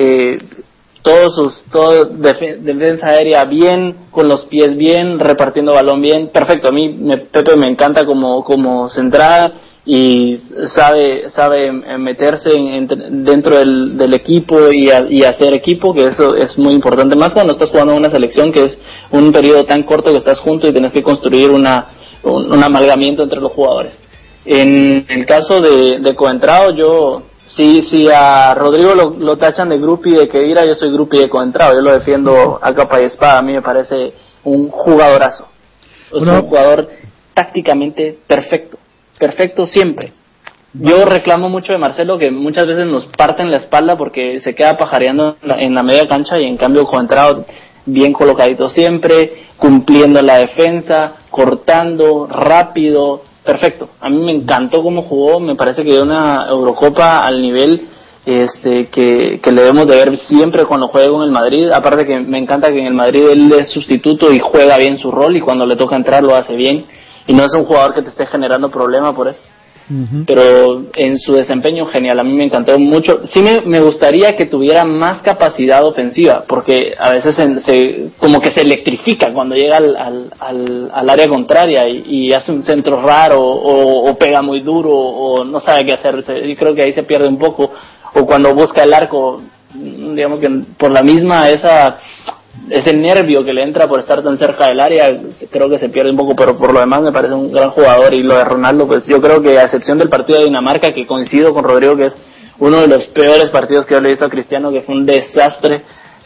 todo defensa aérea bien, con los pies bien, repartiendo balón bien, perfecto. A mí Pepe me encanta como central y sabe meterse dentro del equipo y hacer equipo, que eso es muy importante, más cuando estás jugando en una selección que es un periodo tan corto que estás juntos y tienes que construir un amalgamiento entre los jugadores. En el caso de Coentrao, yo si a Rodrigo lo tachan de groupie de Khedira, yo soy groupie de Coentrao, yo lo defiendo a capa y espada. A mí me parece un jugadorazo, un jugador tácticamente perfecto siempre. Yo reclamo mucho de Marcelo, que muchas veces nos parten la espalda porque se queda pajareando en la media cancha, y en cambio Coentrao bien colocadito siempre, cumpliendo la defensa, cortando, rápido, perfecto. A mí me encantó cómo jugó, me parece que dio una Eurocopa al nivel que le debemos de ver siempre cuando juega con el Madrid. Aparte que me encanta que en el Madrid él es sustituto y juega bien su rol, y cuando le toca entrar lo hace bien, y no es un jugador que te esté generando problema por eso. Uh-huh. Pero en su desempeño genial, a mí me encantó mucho. Sí me gustaría que tuviera más capacidad ofensiva, porque a veces como que se electrifica cuando llega al área contraria y hace un centro raro o pega muy duro o no sabe qué hacer. Yo creo que ahí se pierde un poco, o cuando busca el arco, digamos que por la misma ese nervio que le entra por estar tan cerca del área, creo que se pierde un poco, pero por lo demás me parece un gran jugador. Y lo de Ronaldo, pues yo creo que a excepción del partido de Dinamarca, que coincido con Rodrigo que es uno de los peores partidos que yo le he visto a Cristiano, que fue un desastre,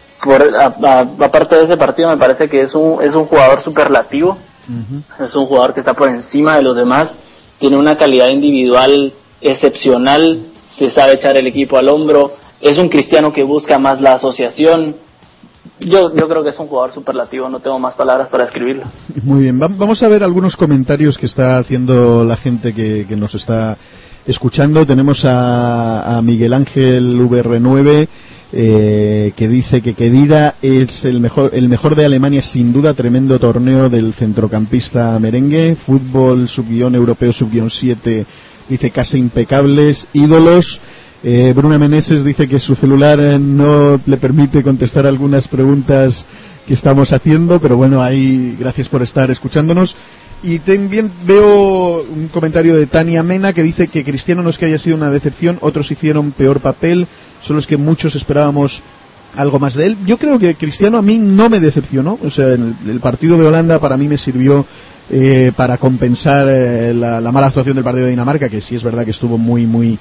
aparte de ese partido me parece que es un jugador superlativo. Uh-huh. Es un jugador que está por encima de los demás, tiene una calidad individual excepcional, se sabe echar el equipo al hombro, es un Cristiano que busca más la asociación. Yo creo que es un jugador superlativo, no tengo más palabras para describirlo. Muy bien, vamos a ver algunos comentarios que está haciendo la gente que nos está escuchando. Tenemos a Miguel Ángel VR9 que dice que Khedira es el mejor de Alemania sin duda, tremendo torneo del centrocampista merengue, fútbol sub-europeo sub-7, dice casi impecables, ídolos. Bruna Meneses dice que su celular no le permite contestar algunas preguntas que estamos haciendo, pero bueno, ahí gracias por estar escuchándonos. Y también veo un comentario de Tania Mena que dice que Cristiano no es que haya sido una decepción, otros hicieron peor papel, solo es que muchos esperábamos algo más de él. Yo creo que Cristiano a mí no me decepcionó, o sea, el partido de Holanda para mí me sirvió para compensar la mala actuación del partido de Dinamarca, que sí es verdad que estuvo muy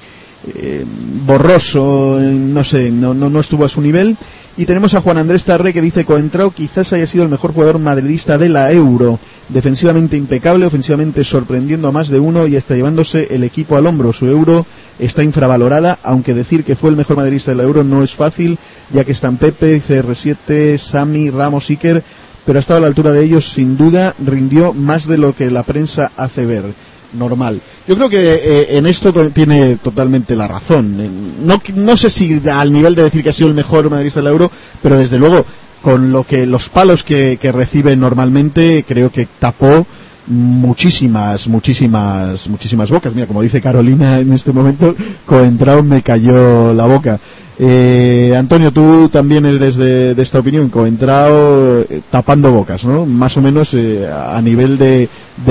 borroso, no sé, no estuvo a su nivel. Y tenemos a Juan Andrés Tarré que dice: Coentrao quizás haya sido el mejor jugador madridista de la Euro, defensivamente impecable, ofensivamente sorprendiendo a más de uno y hasta llevándose el equipo al hombro. Su Euro está infravalorada, aunque decir que fue el mejor madridista de la Euro no es fácil, ya que están Pepe, CR7, Sami, Ramos, Iker, pero ha estado a la altura de ellos sin duda, rindió más de lo que la prensa hace ver. normal. Yo creo que en esto tiene totalmente la razón. No sé si al nivel de decir que ha sido el mejor madridista del Euro, pero desde luego con los palos que recibe normalmente, creo que tapó muchísimas bocas. Mira, como dice Carolina en este momento, Coentrao me cayó la boca. Antonio, tú también eres de esta opinión. Coentrao tapando bocas, ¿no? Más o menos a nivel de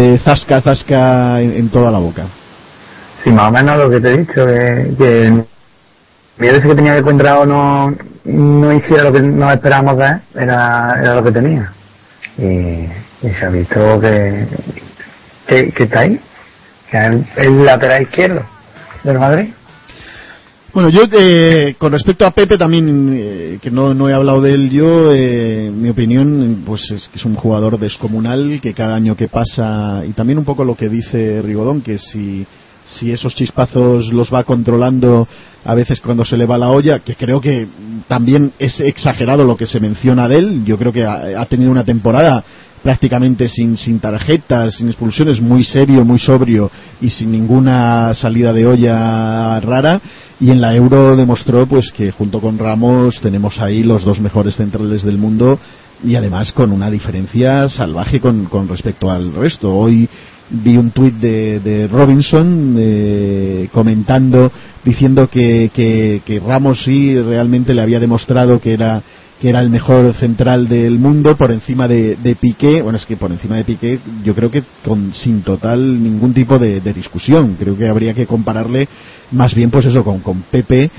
zasca en toda la boca. Sí, más o menos lo que te he dicho, que el miedo que tenía de Coentrao no hiciera lo que nos esperábamos de él, era lo que tenía. Y se ha visto que está ahí, que es el lateral izquierdo del Madrid. Bueno, yo con respecto a Pepe también, que no he hablado de él yo, mi opinión pues es que es un jugador descomunal, que cada año que pasa, y también un poco lo que dice Rigodón, que si esos chispazos los va controlando a veces cuando se le va la olla, que creo que también es exagerado lo que se menciona de él. Yo creo que ha tenido una temporada prácticamente sin tarjetas, sin expulsiones, muy serio, muy sobrio y sin ninguna salida de olla rara, y en la Euro demostró pues que junto con Ramos tenemos ahí los dos mejores centrales del mundo, y además con una diferencia salvaje con respecto al resto. Hoy vi un tuit de Robinson comentando, diciendo que Ramos sí realmente le había demostrado que era el mejor central del mundo por encima de Piqué. Bueno, es que por encima de Piqué yo creo que sin total ningún tipo de discusión. Creo que habría que compararle más bien pues eso con Pepe,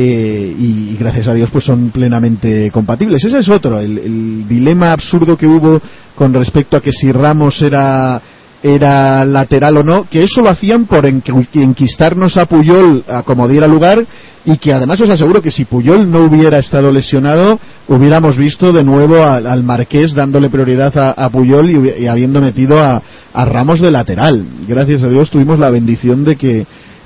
y gracias a Dios pues son plenamente compatibles. Ese es otro, el dilema absurdo que hubo con respecto a que si Ramos era lateral o no, que eso lo hacían por enquistarnos a Puyol a como diera lugar, y que además os aseguro que si Puyol no hubiera estado lesionado, hubiéramos visto de nuevo al Marqués dándole prioridad a Puyol y habiendo metido a Ramos de lateral. Gracias a Dios tuvimos la bendición de que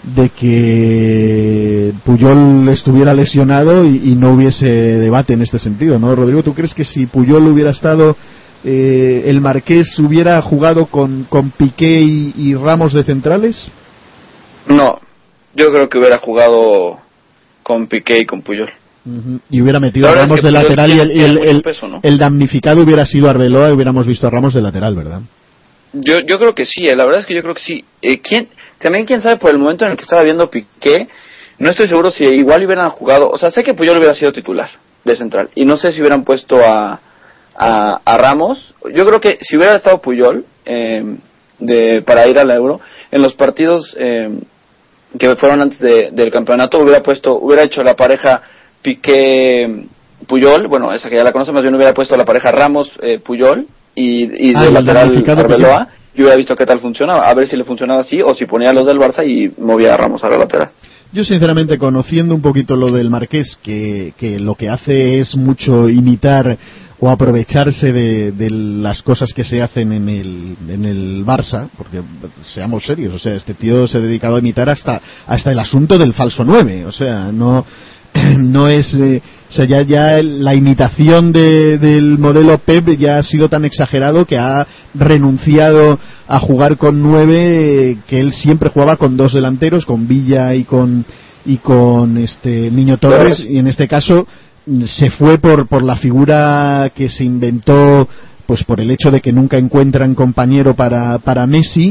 Puyol estuviera lesionado y no hubiese debate en este sentido, ¿no, Rodrigo? ¿Tú crees que si Puyol hubiera estado, el Marqués hubiera jugado con Piqué y Ramos de centrales? No, yo creo que hubiera jugado con Piqué y con Puyol. Uh-huh. Y hubiera metido a Ramos de lateral, y el damnificado hubiera sido Arbeloa, y hubiéramos visto a Ramos de lateral, ¿verdad? Yo creo que sí, la verdad es que yo creo que sí. ¿Quién sabe por el momento en el que estaba viendo Piqué? No estoy seguro si igual hubieran jugado, o sea, sé que Puyol hubiera sido titular de central, y no sé si hubieran puesto a Ramos. Yo creo que si hubiera estado Puyol para ir al Euro, en los partidos que fueron antes del campeonato, hubiera hecho la pareja Piqué-Puyol, bueno, esa que ya la conoce, más bien hubiera puesto la pareja Ramos-Puyol y de lateral Arbeloa, y hubiera visto qué tal funcionaba, a ver si le funcionaba así, o si ponía a los del Barça y movía a Ramos a la lateral. Yo sinceramente, conociendo un poquito lo del Marqués, que lo que hace es mucho imitar o aprovecharse de las cosas que se hacen en el Barça, porque seamos serios, o sea, este tío se ha dedicado a imitar hasta el asunto del falso 9, o sea, no es, o sea, ya la imitación del modelo Pep ya ha sido tan exagerado que ha renunciado a jugar con 9, que él siempre jugaba con dos delanteros, con Villa y con Niño Torres, y en este caso se fue por la figura que se inventó, pues por el hecho de que nunca encuentran compañero para Messi,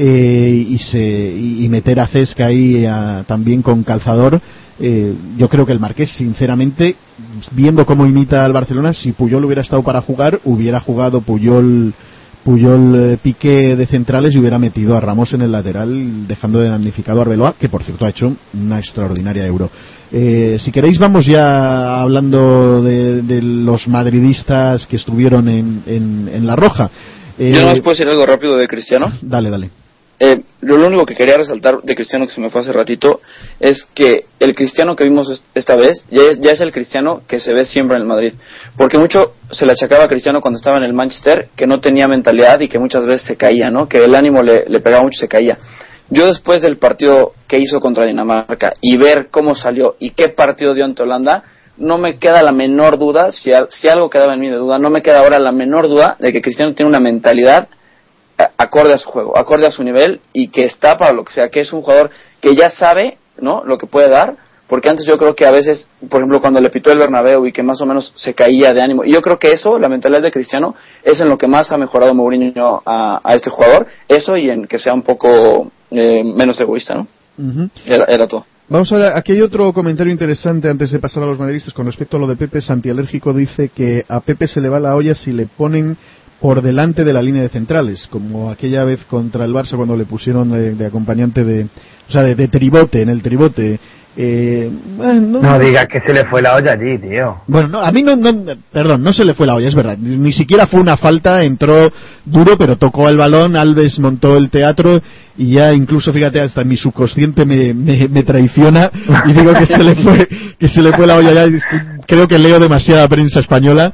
y meter a Cesca ahí también con calzador. Yo creo que el Marqués, sinceramente, viendo cómo imita al Barcelona, si Puyol hubiera estado para jugar, hubiera jugado Puyol Piqué de centrales y hubiera metido a Ramos en el lateral, dejando de damnificado a Arbeloa, que por cierto ha hecho una extraordinaria Euro. Si queréis vamos ya hablando de los madridistas que estuvieron en La Roja. Yo no puedo decir algo rápido de Cristiano. Dale. Lo único que quería resaltar de Cristiano, que se me fue hace ratito, es que el Cristiano que vimos esta vez ya es el Cristiano que se ve siempre en el Madrid, porque mucho se le achacaba a Cristiano cuando estaba en el Manchester, que no tenía mentalidad y que muchas veces se caía, ¿no? Que el ánimo le pegaba mucho y se caía. Yo, después del partido que hizo contra Dinamarca y ver cómo salió y qué partido dio ante Holanda, no me queda la menor duda, si algo quedaba en mí de duda, no me queda ahora la menor duda de que Cristiano tiene una mentalidad acorde a su juego, acorde a su nivel, y que está para lo que sea, que es un jugador que ya sabe, ¿no?, lo que puede dar, porque antes yo creo que a veces, por ejemplo, cuando le pitó el Bernabéu y que más o menos se caía de ánimo, y yo creo que eso, la mentalidad de Cristiano, es en lo que más ha mejorado Mourinho a este jugador, eso y en que sea un poco menos egoísta, ¿no? Uh-huh. Era todo. Vamos a ver, aquí hay otro comentario interesante antes de pasar a los madridistas con respecto a lo de Pepe. Santialérgico dice que a Pepe se le va la olla si le ponen por delante de la línea de centrales, como aquella vez contra el Barça cuando le pusieron de acompañante de tribote, en el tribote. No digas que se le fue la olla allí, tío. Bueno, no, a mí no se le fue la olla, es verdad. Ni siquiera fue una falta, entró duro, pero tocó el balón, Alves montó el teatro y ya incluso, fíjate, hasta mi subconsciente me traiciona y digo que se le fue la olla ya. Creo que leo demasiada prensa española.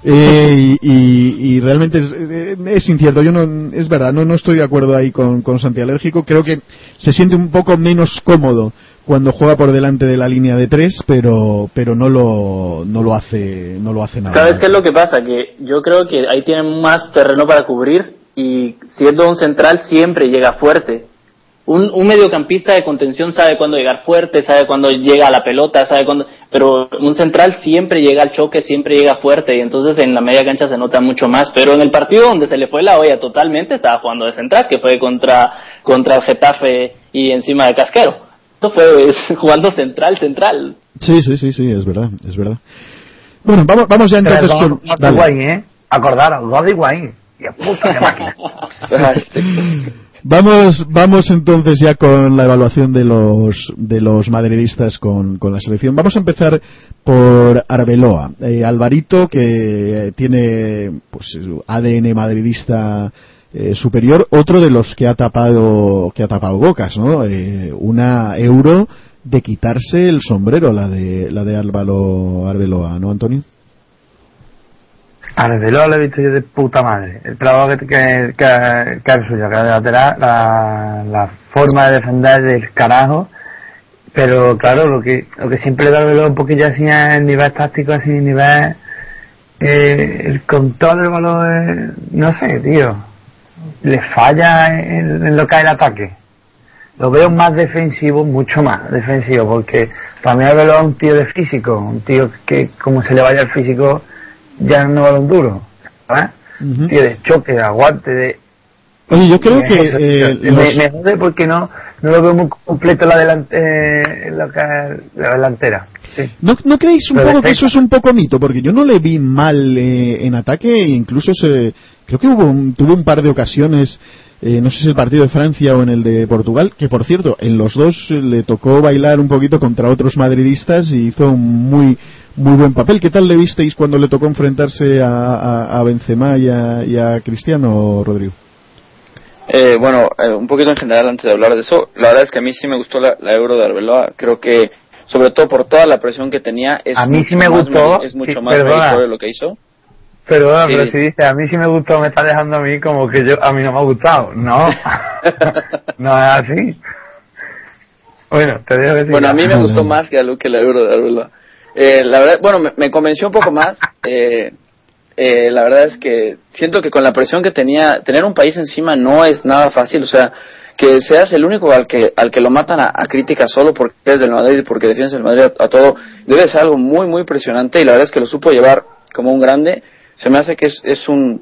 Y realmente es incierto. Yo es verdad, no estoy de acuerdo ahí con Santialérgico. Creo que se siente un poco menos cómodo cuando juega por delante de la línea de 3, pero no lo hace nada. ¿Sabes qué es lo que pasa? Que yo creo que ahí tienen más terreno para cubrir, y siendo un central siempre llega fuerte. Un mediocampista de contención sabe cuándo llegar fuerte, sabe cuándo llega a la pelota, sabe cuándo, pero un central siempre llega al choque, siempre llega fuerte, y entonces en la media cancha se nota mucho más. Pero en el partido donde se le fue la olla totalmente, estaba jugando de central, que fue contra el Getafe y encima de Casquero. Esto fue jugando central. Sí, es verdad. Bueno, vamos ya entonces con... Acordaros, gol de Higuaín. Vamos entonces ya con la evaluación de los madridistas con la selección. Vamos a empezar por Arbeloa. Alvarito, que tiene pues ADN madridista superior, otro de los que ha tapado bocas, ¿no? Una Euro de quitarse el sombrero, la de Álvaro Arbeloa, ¿no, Antonio? Arbeloa lo he visto yo de puta madre. El trabajo que ha suyo, que de lateral, la forma de defender del carajo. Pero claro, lo que siempre le da Arbeloa un poquillo así a nivel táctico, así nivel el control del balón, no sé, tío, le falla en lo que es el ataque. Lo veo más defensivo, mucho más defensivo, porque para mí Arbeloa es un tío de físico, un tío que como se le vaya el físico ya no balón duro, ¿sabes? Uh-huh. Tío de choque, de aguante, Oye, yo creo que me jode porque no lo veo muy completo la delantera. Sí. ¿No creéis un poco que eso es un poco mito? Porque yo no le vi mal en ataque, e incluso creo que tuvo un par de ocasiones, no sé si el partido de Francia o en el de Portugal, que por cierto, en los dos le tocó bailar un poquito contra otros madridistas y hizo un muy buen papel. ¿Qué tal le visteis cuando le tocó enfrentarse a Benzema y a Cristiano, Rodrigo? Bueno, un poquito en general antes de hablar de eso, la verdad es que a mí sí me gustó la Euro de Arbeloa. Creo que, sobre todo por toda la presión que tenía, a mí sí me gustó, es mucho más meritorio lo que hizo. Pero si dice, a mí sí me gustó, me está dejando a mí como que a mí no me ha gustado. No, no es así. Bueno, te digo que sí. Bueno, a mí me gustó más que la Euro de Arbeloa. La verdad, bueno, me convenció un poco más. La verdad es que siento que con la presión que tenía, tener un país encima no es nada fácil. O sea, que seas el único al que lo matan a críticas solo porque eres del Madrid y porque defiendes el Madrid a todo, debe ser algo muy muy impresionante, y la verdad es que lo supo llevar como un grande. Se me hace que es un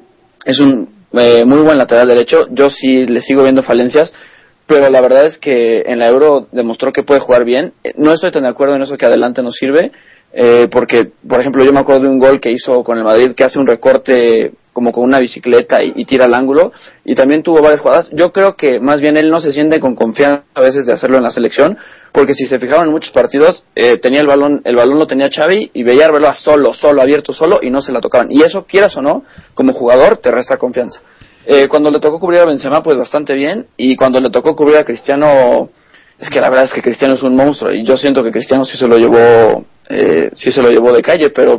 muy buen lateral derecho. Yo sí le sigo viendo falencias, pero la verdad es que en la Euro demostró que puede jugar bien. No estoy tan de acuerdo en eso que adelante no sirve, porque, por ejemplo, yo me acuerdo de un gol que hizo con el Madrid, que hace un recorte como con una bicicleta y tira al ángulo, y también tuvo varias jugadas. Yo creo que más bien él no se siente con confianza a veces de hacerlo en la selección, porque si se fijaron en muchos partidos, tenía el balón lo tenía Xavi, y veía a Arbeloa solo, abierto solo, y no se la tocaban. Y eso, quieras o no, como jugador, te resta confianza. Cuando le tocó cubrir a Benzema, pues bastante bien, y cuando le tocó cubrir a Cristiano, es que la verdad es que Cristiano es un monstruo, y yo siento que Cristiano sí se lo llevó de calle, pero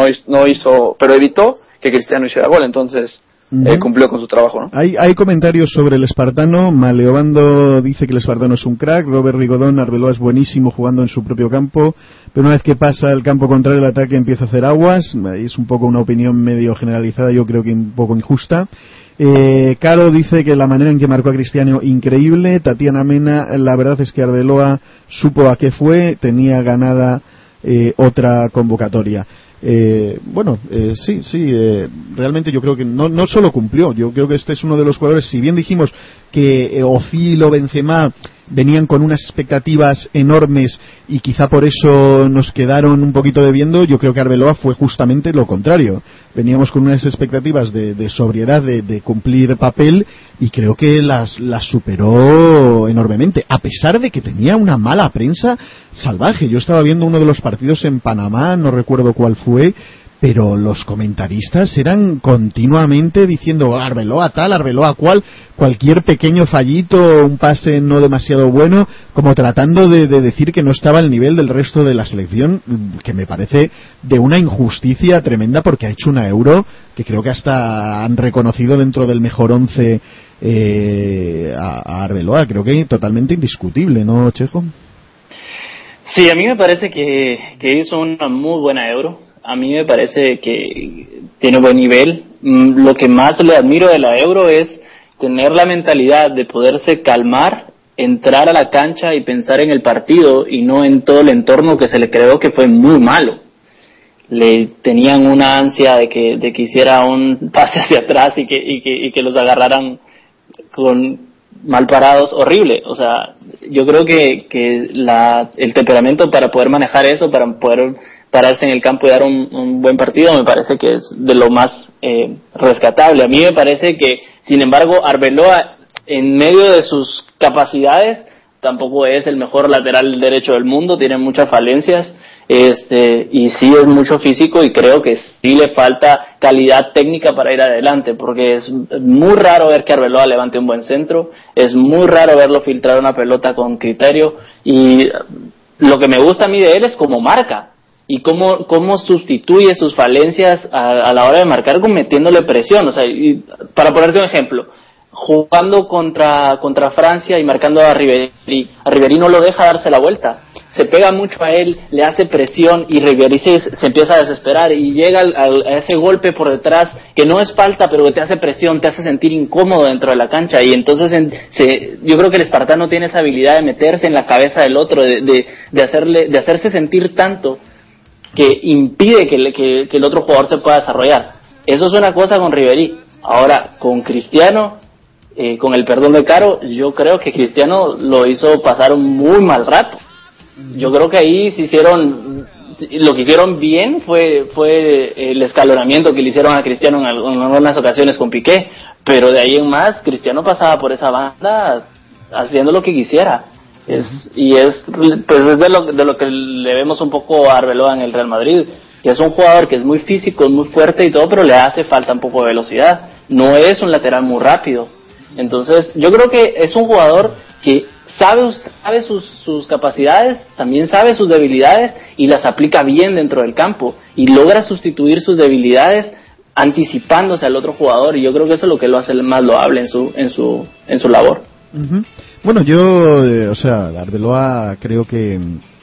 evitó que Cristiano hiciera gol, entonces cumplió con su trabajo, ¿no? Hay comentarios sobre el espartano. Maleobando dice que el espartano es un crack. Robert Rigodón, Arbeloa es buenísimo jugando en su propio campo, pero una vez que pasa el campo contrario, el ataque empieza a hacer aguas. Es un poco una opinión medio generalizada, yo creo que un poco injusta. Caro dice que la manera en que marcó a Cristiano, increíble. Tatiana Mena, la verdad es que Arbeloa supo a qué fue, tenía ganada otra convocatoria. Realmente yo creo que no solo cumplió, yo creo que este es uno de los jugadores, si bien dijimos que Ozil o Benzema venían con unas expectativas enormes y quizá por eso nos quedaron un poquito debiendo, yo creo que Arbeloa fue justamente lo contrario. Veníamos con unas expectativas de sobriedad, de cumplir papel, y creo que las superó enormemente, a pesar de que tenía una mala prensa salvaje. Yo estaba viendo uno de los partidos en Panamá, no recuerdo cuál fue, pero los comentaristas eran continuamente diciendo Arbeloa tal, Arbeloa cual, cualquier pequeño fallito, un pase no demasiado bueno, como tratando de decir que no estaba al nivel del resto de la selección, que me parece de una injusticia tremenda, porque ha hecho una Euro que creo que hasta han reconocido dentro del mejor 11 a Arbeloa. Creo que totalmente indiscutible, ¿no, Chejo? Sí, a mí me parece que hizo una muy buena Euro. A mí me parece que tiene buen nivel. Lo que más le admiro de la Euro es tener la mentalidad de poderse calmar, entrar a la cancha y pensar en el partido y no en todo el entorno que se le creó que fue muy malo. Le tenían una ansia de que hiciera un pase hacia atrás y que los agarraran con mal parados, horrible. O sea, yo creo que el temperamento para poder manejar eso, para poder pararse en el campo y dar un buen partido, me parece que es de lo más rescatable. A mí me parece que, sin embargo, Arbeloa, en medio de sus capacidades, tampoco es el mejor lateral derecho del mundo, tiene muchas falencias, y sí es mucho físico, y creo que sí le falta calidad técnica para ir adelante, porque es muy raro ver que Arbeloa levante un buen centro, es muy raro verlo filtrar una pelota con criterio, y lo que me gusta a mí de él es cómo marca, y cómo sustituye sus falencias a la hora de marcar, metiéndole presión. O sea, y para ponerte un ejemplo, jugando contra Francia y marcando a Ribéry no lo deja darse la vuelta, se pega mucho a él, le hace presión, y Ribéry se empieza a desesperar y llega a ese golpe por detrás que no es falta, pero que te hace presión, te hace sentir incómodo dentro de la cancha, y entonces yo creo que el espartano tiene esa habilidad de meterse en la cabeza del otro, de hacerse sentir tanto que impide que el otro jugador se pueda desarrollar. Eso es una cosa con Ribéry. Ahora, con Cristiano, con el perdón de Caro, yo creo que Cristiano lo hizo pasar un muy mal rato. Yo creo que ahí lo que hicieron bien fue el escalonamiento que le hicieron a Cristiano en algunas ocasiones con Piqué, pero de ahí en más, Cristiano pasaba por esa banda haciendo lo que quisiera. Es de lo que le vemos un poco a Arbeloa en el Real Madrid, que es un jugador que es muy físico, muy fuerte y todo, pero le hace falta un poco de velocidad, no es un lateral muy rápido. Entonces yo creo que es un jugador que sabe sus capacidades, también sabe sus debilidades y las aplica bien dentro del campo, y logra sustituir sus debilidades anticipándose al otro jugador, y yo creo que eso es lo que lo hace más loable en su labor. Uh-huh. Bueno, yo, Arbeloa creo que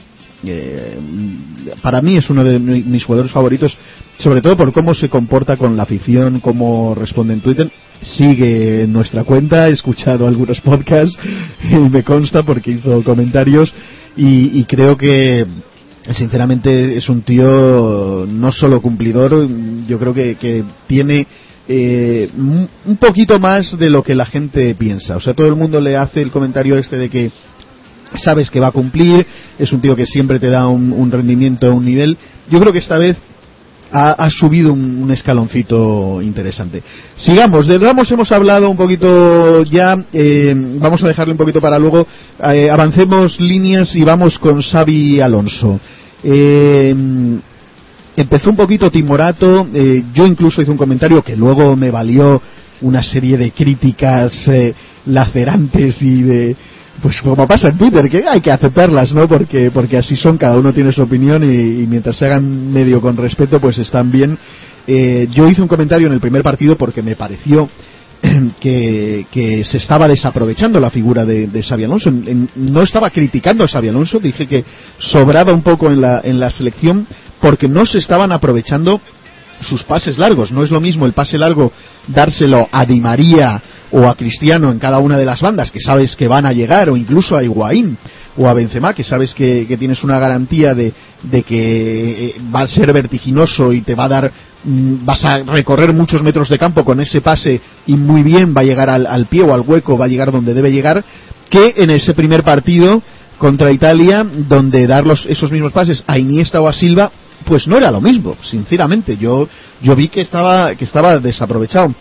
para mí es uno de mis jugadores favoritos, sobre todo por cómo se comporta con la afición, cómo responde en Twitter. Sigue en nuestra cuenta, he escuchado algunos podcasts y me consta porque hizo comentarios, y creo que sinceramente es un tío no solo cumplidor, yo creo que tiene un poquito más de lo que la gente piensa. O sea, todo el mundo le hace el comentario de que sabes que va a cumplir, es un tío que siempre te da un rendimiento, un nivel. Yo creo que esta vez ha subido un escaloncito interesante. Sigamos, de Ramos hemos hablado un poquito ya, vamos a dejarle un poquito para luego, avancemos líneas y vamos con Xabi Alonso. Empezó un poquito timorato, yo incluso hice un comentario que luego me valió una serie de críticas lacerantes y pues como pasa en Twitter, que hay que aceptarlas, ¿no? Porque así son, cada uno tiene su opinión y mientras se hagan medio con respeto, pues están bien. Yo hice un comentario en el primer partido porque me pareció que se estaba desaprovechando la figura de Xabi Alonso. No estaba criticando a Xabi Alonso, dije que sobraba un poco en la selección porque no se estaban aprovechando sus pases largos. No es lo mismo el pase largo dárselo a Di María o a Cristiano en cada una de las bandas, que sabes que van a llegar, o incluso a Higuaín o a Benzema, que sabes que tienes una garantía de que va a ser vertiginoso y te va a dar, vas a recorrer muchos metros de campo con ese pase y muy bien va a llegar al pie o al hueco, va a llegar donde debe llegar, que en ese primer partido contra Italia, donde dar esos mismos pases a Iniesta o a Silva, pues no era lo mismo, sinceramente. Yo vi que estaba desaprovechado.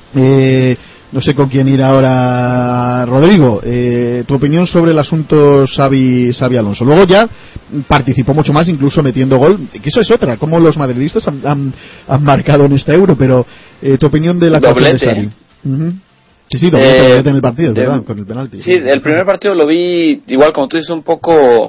No sé con quién ir ahora, Rodrigo. Tu opinión sobre el asunto Xavi Alonso. Luego ya participó mucho más, incluso metiendo gol, que eso es otra, como los madridistas han marcado en este Euro, pero tu opinión de la actuación de Xavi. Uh-huh. Sí, doblete en el partido, ¿verdad? Con el penalti. Sí, el primer partido lo vi, igual como tú dices, un poco...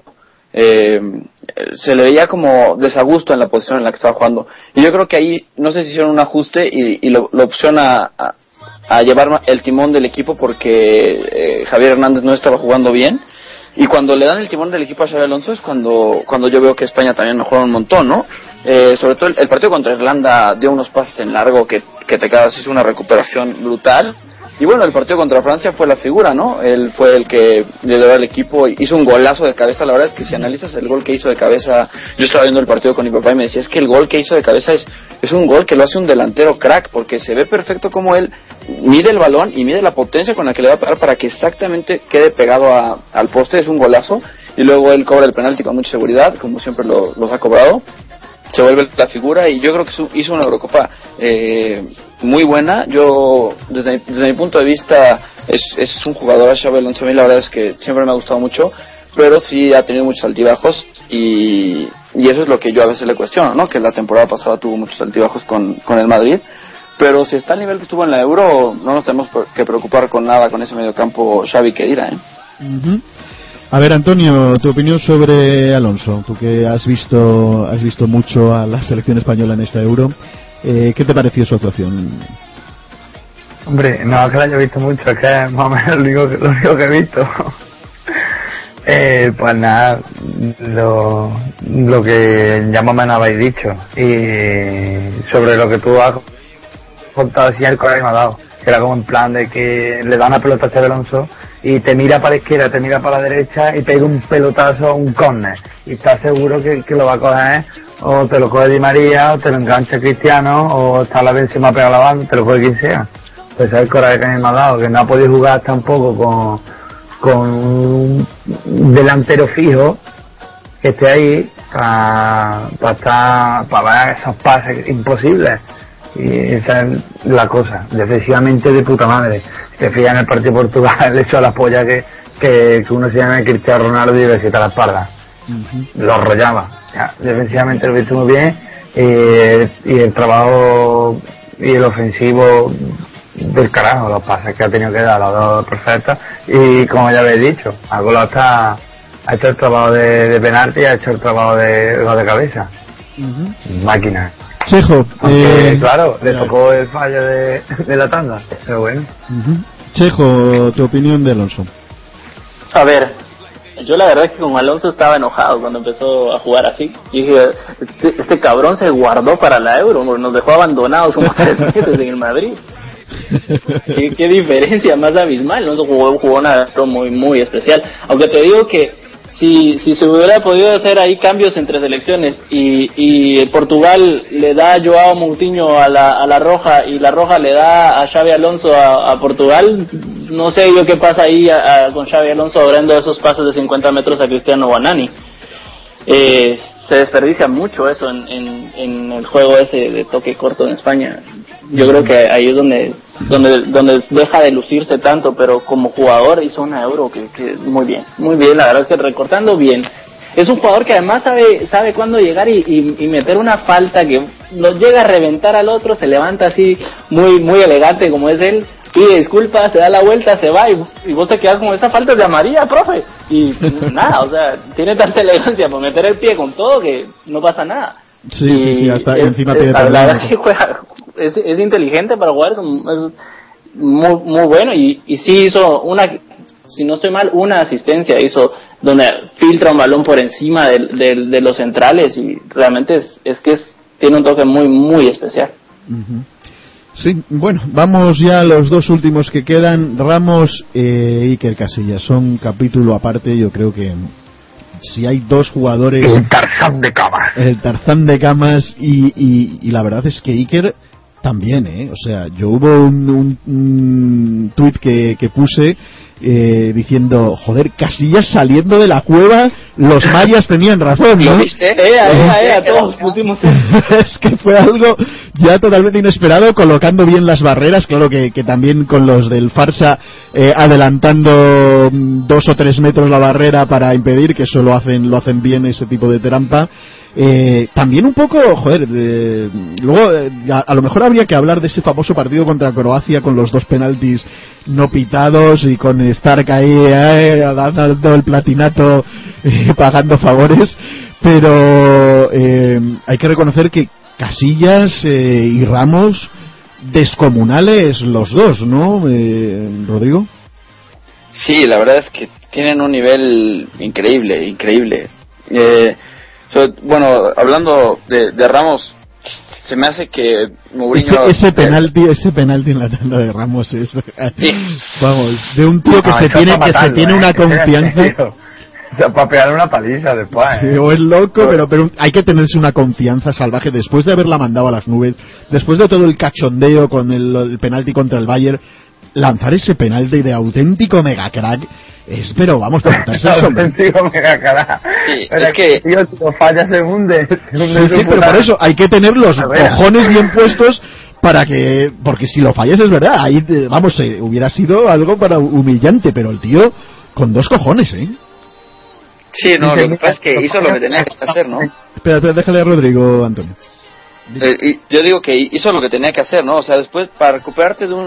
se le veía como desagusto en la posición en la que estaba jugando. Y yo creo que ahí, no sé si hicieron un ajuste y lo opción a llevar el timón del equipo, porque Javier Hernández no estaba jugando bien, y cuando le dan el timón del equipo a Xabi Alonso es cuando yo veo que España también mejora un montón, ¿no? Sobre todo el partido contra Irlanda dio unos pases en largo que te quedas, hizo una recuperación brutal. Y bueno, el partido contra Francia fue la figura, ¿no? Él fue el que lideró al equipo, hizo un golazo de cabeza. La verdad es que si analizas el gol que hizo de cabeza, yo estaba viendo el partido con mi papá y me decía, es que el gol que hizo de cabeza es un gol que lo hace un delantero crack, porque se ve perfecto como él mide el balón y mide la potencia con la que le va a pegar para que exactamente quede pegado al poste. Es un golazo. Y luego él cobra el penalti con mucha seguridad, como siempre los ha cobrado. Se vuelve la figura, y yo creo que hizo una Eurocopa muy buena. Yo, desde mi punto de vista, es un jugador, Xabi Alonso. A mí la verdad es que siempre me ha gustado mucho, pero sí ha tenido muchos altibajos, y eso es lo que yo a veces le cuestiono, ¿no? Que la temporada pasada tuvo muchos altibajos con el Madrid, pero si está al nivel que estuvo en la Euro, no nos tenemos que preocupar con nada con ese mediocampo Xavi Khedira, ¿eh? Uh-huh. A ver, Antonio, tu opinión sobre Alonso, tú que has visto mucho a la selección española en esta Euro, ¿qué te pareció su actuación? Hombre, no es que la haya visto mucho, es que es más o menos lo único que he visto. Pues nada, lo que ya más o menos habéis dicho, y sobre lo que tú has contado, así el coraje me ha dado, que era como en plan de que le da una pelota a Xabi Alonso y te mira para la izquierda, te mira para la derecha y pega un pelotazo, un córner, y estás seguro que lo va a coger, o te lo coge Di María, o te lo engancha Cristiano, o está a la vez se me ha pegado la banda, te lo coge quien sea. Pues es el coraje que a mí me ha dado, que no ha podido jugar tampoco con un delantero fijo que esté ahí para ver esos pases imposibles. Y esa es la cosa, defensivamente de puta madre. Te fijas en el partido de Portugal, le echó a la polla que uno se llama Cristiano Ronaldo y le sienta la espalda. Uh-huh. Lo arrollaba. Ya, defensivamente lo hizo muy bien, y el trabajo y el ofensivo del carajo, los pases que ha tenido que dar, los dos perfectos, y como ya habéis dicho, Agolo ha hecho el trabajo de penalti y ha hecho el trabajo de cabeza. Uh-huh. Máquina. Chejo, aunque, claro, le tocó el fallo de la tanda, pero bueno. Uh-huh. Chejo, tu opinión de Alonso. A ver, yo la verdad es que con Alonso estaba enojado cuando empezó a jugar así. Y dije, este cabrón se guardó para la Euro, nos dejó abandonados como 3 meses en el Madrid. ¿Qué diferencia más abismal. Alonso jugó una Euro muy, muy especial. Aunque te digo que si se hubiera podido hacer ahí cambios entre selecciones y Portugal le da a Joao Moutinho a la Roja, y la Roja le da a Xabi Alonso a Portugal, no sé yo qué pasa ahí con Xabi Alonso abriendo esos pases de 50 metros a Cristiano o a Nani. Se desperdicia mucho eso en el juego ese de toque corto en España. Yo creo que ahí es donde deja de lucirse tanto, pero como jugador hizo una Euro que muy bien, la verdad es que recortando bien. Es un jugador que además sabe cuándo llegar y meter una falta que lo llega a reventar al otro, se levanta así muy muy elegante como es él, pide disculpas, se da la vuelta, se va, y vos te quedas como, esa falta es de amarilla, profe, y nada, o sea, tiene tanta elegancia por meter el pie con todo que no pasa nada. Sí, hasta encima pide perdón. La verdad que juega, es inteligente para jugar, es muy, muy bueno, y sí hizo si no estoy mal, una asistencia hizo donde filtra un balón por encima de los centrales, y realmente es que es tiene un toque muy, muy especial. Uh-huh. Sí, bueno, vamos ya a los dos últimos que quedan, Ramos e Iker Casillas. Son capítulo aparte. Yo creo que si hay dos jugadores, el Tarzán de camas, y la verdad es que Iker también, o sea, yo hubo un tuit que puse diciendo, joder, Casillas saliendo de la cueva, los mayas tenían razón, ¿no? ¿Lo viste? Todos pusimos es que fue algo ya totalmente inesperado, colocando bien las barreras, claro que también con los del Farsa adelantando 2 o 3 metros la barrera para impedir, que eso lo hacen bien, ese tipo de trampa. También un poco, joder, luego a lo mejor habría que hablar de ese famoso partido contra Croacia con los 2 penaltis no pitados y con Stark ahí dando el platinato, pagando favores, pero hay que reconocer que Casillas y Ramos, descomunales los dos, ¿no, Rodrigo? Sí, la verdad es que tienen un nivel increíble. Bueno, hablando de Ramos, se me hace que Mourinho... Ese penalti en la tanda de Ramos es... Vamos, de un tío que se tiene una confianza... Para pegar una paliza después. O es loco, pero hay que tenerse una confianza salvaje después de haberla mandado a las nubes, después de todo el cachondeo con el penalti contra el Bayern. Lanzar ese penalti de auténtico mega crack es, pero vamos, para quitarse el sombrero. Auténtico mega crack. Sí, es que... Tío, si lo fallas se hunde. Sí, pero por eso hay que tener los cojones bien puestos para que... Porque si lo fallas es verdad, ahí, vamos, hubiera sido algo para humillante, pero el tío con 2 cojones, Sí, no, lo que pasa es que hizo lo que tenía que hacer, ¿no? Espera, déjale a Rodrigo, Antonio. Yo digo que hizo lo que tenía que hacer, ¿no? O sea, después, para recuperarte de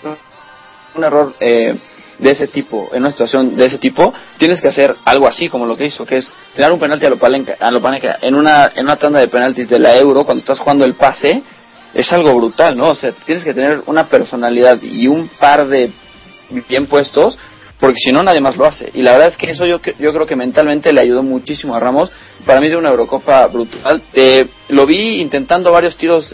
un error de ese tipo, en una situación de ese tipo, tienes que hacer algo así como lo que hizo, que es tirar un penalti a lo Panenka en una tanda de penaltis de la Euro, cuando estás jugando el pase, es algo brutal, ¿no? O sea, tienes que tener una personalidad y un par de bien puestos, porque si no nadie más lo hace. Y la verdad es que eso yo creo que mentalmente le ayudó muchísimo a Ramos. Para mí de una Eurocopa brutal. Lo vi intentando varios tiros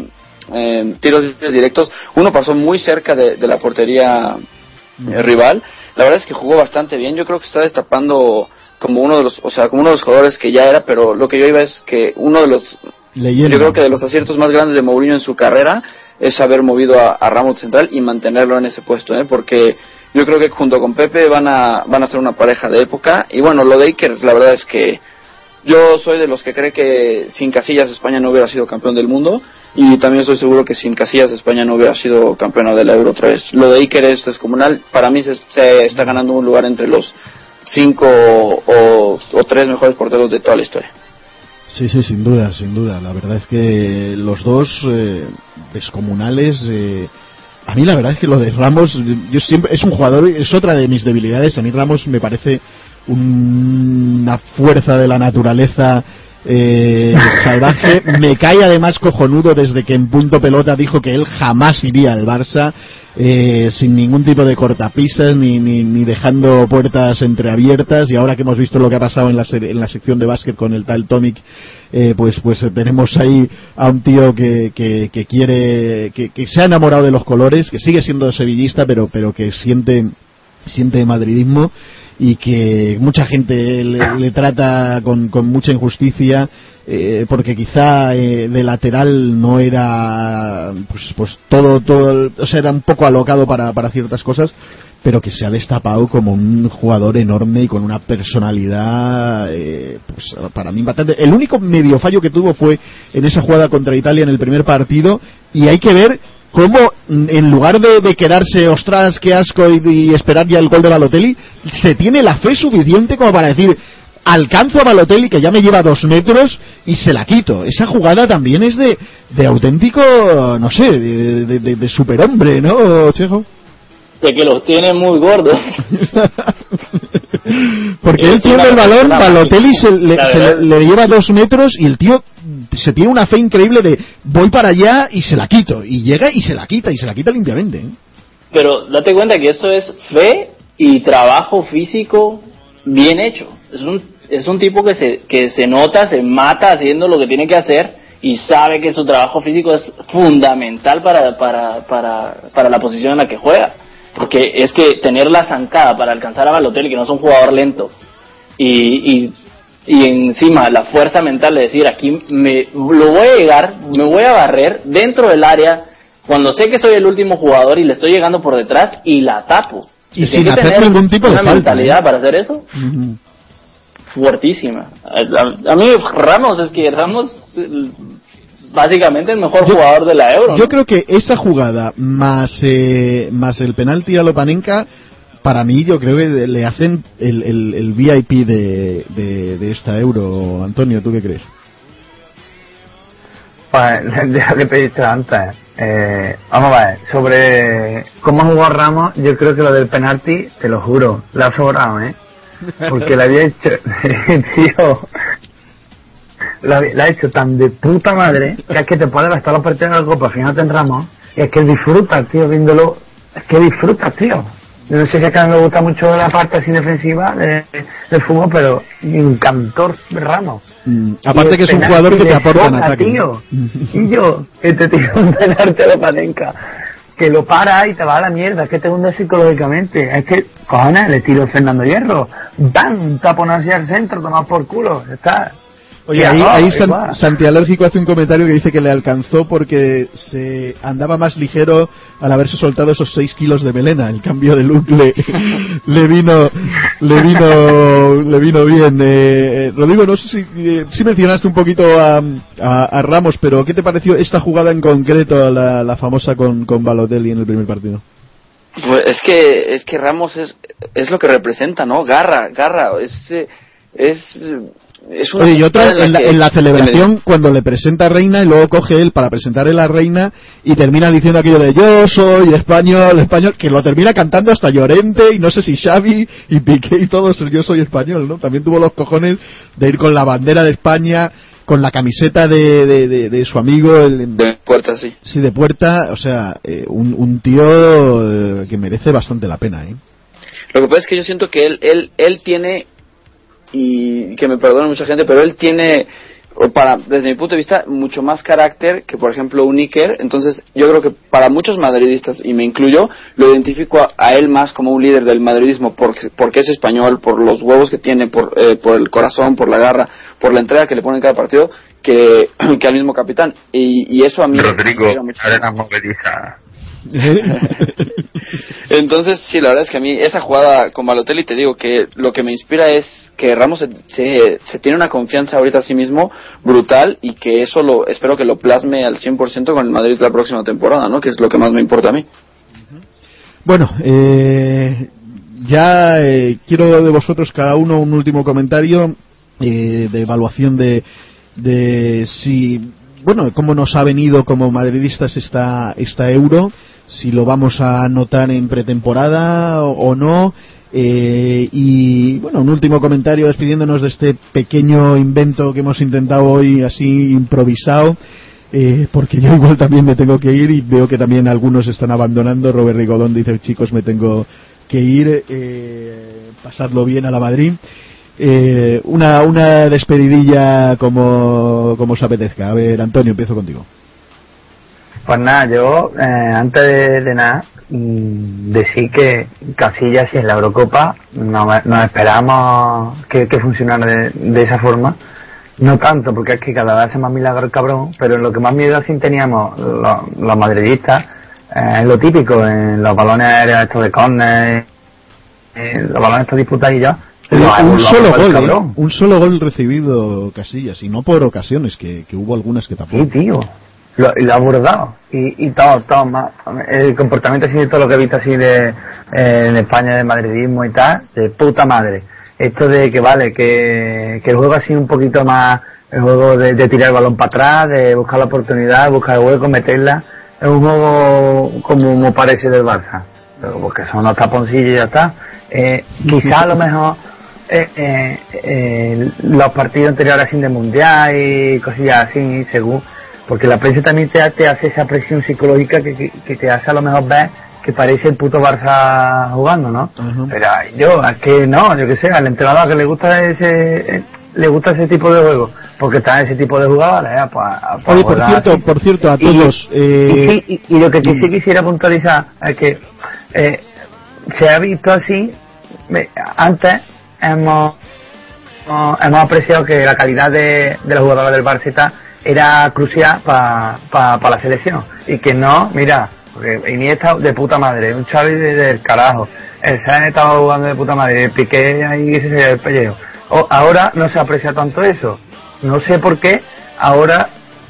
directos. Uno pasó muy cerca de la portería rival. La verdad es que jugó bastante bien. Yo creo que está destapando como uno de los jugadores que ya era, pero lo que yo iba es que uno de los... Yo creo que de los aciertos más grandes de Mourinho en su carrera es haber movido a Ramos central y mantenerlo en ese puesto, porque yo creo que junto con Pepe van a ser una pareja de época. Y bueno, lo de Iker, la verdad es que yo soy de los que cree que sin Casillas España no hubiera sido campeón del mundo, y también estoy seguro que sin Casillas España no hubiera sido campeona de la Euro otra vez. Lo de Iker es descomunal. Para mí se está ganando un lugar entre los 5 o 3 mejores porteros de toda la historia. Sí, sin duda. La verdad es que los dos descomunales. A mí la verdad es que lo de Ramos, yo siempre es un jugador, es otra de mis debilidades. A mí Ramos me parece una fuerza de la naturaleza salvaje. Me cae además cojonudo desde que en Punto Pelota dijo que él jamás iría al Barça, sin ningún tipo de cortapisas ni dejando puertas entreabiertas. Y ahora que hemos visto lo que ha pasado en la sección de básquet con el tal Tomic, pues tenemos ahí a un tío que quiere, que se ha enamorado de los colores, que sigue siendo sevillista, pero que siente madridismo, y que mucha gente le trata con mucha injusticia, porque quizá de lateral no era pues todo, o sea, era un poco alocado para ciertas cosas, pero que se ha destapado como un jugador enorme y con una personalidad, pues para mí bastante. El único medio fallo que tuvo fue en esa jugada contra Italia en el primer partido, y hay que ver cómo en lugar de quedarse, ostras, qué asco, y esperar ya el gol de Balotelli, se tiene la fe suficiente como para decir, alcanzo a Balotelli, que ya me lleva 2 metros, y se la quito. Esa jugada también es de auténtico, no sé, de superhombre, ¿no, Chejo? De que los tiene muy gordos. Porque él tiene el balón, Balotelli le lleva 2 metros, y el tío se tiene una fe increíble de voy para allá y se la quito, y llega y se la quita limpiamente, Pero date cuenta que eso es fe y trabajo físico bien hecho. Es un tipo que se nota, se mata haciendo lo que tiene que hacer, y sabe que su trabajo físico es fundamental para la posición en la que juega, porque es que tener la zancada para alcanzar a Balotelli, que no es un jugador lento, y encima la fuerza mental de decir, aquí lo voy a llegar, me voy a barrer dentro del área cuando sé que soy el último jugador y le estoy llegando por detrás y la tapo. Y sin hacer ningún tipo de falta, mentalidad para hacer eso. Uh-huh. Fuertísima. A mí Ramos básicamente el mejor jugador de la Euro. Yo creo que esa jugada más el penalti a Lopanenka, para mí yo creo que le hacen el VIP de esta Euro. Antonio, ¿tú qué crees? Pues de lo que te he dicho antes, vamos a ver, sobre cómo jugó Ramos, yo creo que lo del penalti, te lo juro, le ha sobrado, porque le había hecho, tío, la ha hecho tan de puta madre, que es que te puede gastar los partidos de la Copa, fíjate en Ramos, y es que disfruta, tío, viéndolo, es que disfruta, tío. Yo no sé si acá me gusta mucho la parte así defensiva del fútbol, pero me encantó Ramos. Aparte que es un jugador que te aporta en ataque. Tío. Y yo, que te tiro un penalti a Lopanenka, que lo para y te va a la mierda, es que te hunde psicológicamente. Es que, cojones, le tiro Fernando Hierro, ¡bam! Tapón hacia el centro, tomado por culo, está. Oye, ahí Santialérgico hace un comentario que dice que le alcanzó porque se andaba más ligero al haberse soltado esos 6 kilos de melena. El cambio de look le vino bien. Rodrigo, no sé si mencionaste un poquito a Ramos, pero ¿qué te pareció esta jugada en concreto, la famosa con Balotelli en el primer partido? Pues es que Ramos es lo que representa, ¿no? Garra, Oye, y otra en la celebración cuando le presenta a Reina y luego coge él para presentarle a la Reina y termina diciendo aquello de yo soy español, que lo termina cantando hasta Llorente y no sé si Xavi y Piqué y todos el yo soy español, ¿no? También tuvo los cojones de ir con la bandera de España, con la camiseta de su amigo de Puerta, sí. Sí, de Puerta, o sea, un tío que merece bastante la pena, ¿eh? Lo que pasa es que yo siento que él tiene, y que me perdone mucha gente, pero él tiene, desde mi punto de vista, mucho más carácter que, por ejemplo, un Iker. Entonces yo creo que para muchos madridistas, y me incluyo, lo identifico a él más como un líder del madridismo, porque es español, por los huevos que tiene, por el corazón, por la garra, por la entrega que le pone en cada partido, que al mismo capitán. Y eso a mí Rodrigo, arena movediza. Entonces sí, la verdad es que a mí esa jugada con Balotelli, te digo que lo que me inspira es que Ramos se tiene una confianza ahorita a sí mismo brutal, y que eso espero que lo plasme al 100% con el Madrid la próxima temporada, ¿no? Que es lo que más me importa a mí. Bueno, ya quiero de vosotros cada uno un último comentario de evaluación de si, bueno, cómo nos ha venido como madridistas esta Euro, si lo vamos a notar en pretemporada o no, y bueno, un último comentario despidiéndonos de este pequeño invento que hemos intentado hoy así improvisado, porque yo igual también me tengo que ir y veo que también algunos están abandonando. Robert Rigodón dice, chicos, me tengo que ir, pasarlo bien a la Madrid. Una despedidilla como os apetezca. A ver, Antonio, empiezo contigo. Pues nada, yo antes de nada decir que Casillas y en la Eurocopa nos esperamos que funcionara de esa forma. No tanto, porque es que cada vez hace más milagro el cabrón, pero en lo que más miedo así teníamos los madridistas, es lo típico, en los balones aéreos estos de córner, los balones estos disputadillos. Un solo gol recibido Casillas, y no por ocasiones, que hubo algunas que tapó. Sí, tío, lo ha abordado, y todo más, el comportamiento así de todo lo que he visto así en España de madridismo y tal, de puta madre. Esto de que vale, que el juego así un poquito más, el juego de tirar el balón para atrás, de buscar la oportunidad, buscar el hueco, meterla, es un juego como parece del Barça, pero porque son los taponcillos y ya está. Quizá a lo mejor los partidos anteriores así de mundial y cosillas así, según, porque la prensa también te hace esa presión psicológica que te hace a lo mejor ver que parece el puto Barça jugando, ¿no? Uh-huh. Pero es que no, yo que sé, al entrenador que le gusta le gusta ese tipo de juego, porque está en ese tipo de jugadores. Oye, por cierto, a todos. Y lo que sí quisiera puntualizar es que se ha visto así. Antes hemos apreciado que la calidad de los jugadores del Barça era crucial para la selección, y que no, mira, porque Iniesta de puta madre, un Xavi del carajo, el Sáenz estaba jugando de puta madre, el Piqué ahí ese sería el pellejo. Ahora no se aprecia tanto eso, no sé por qué. Ahora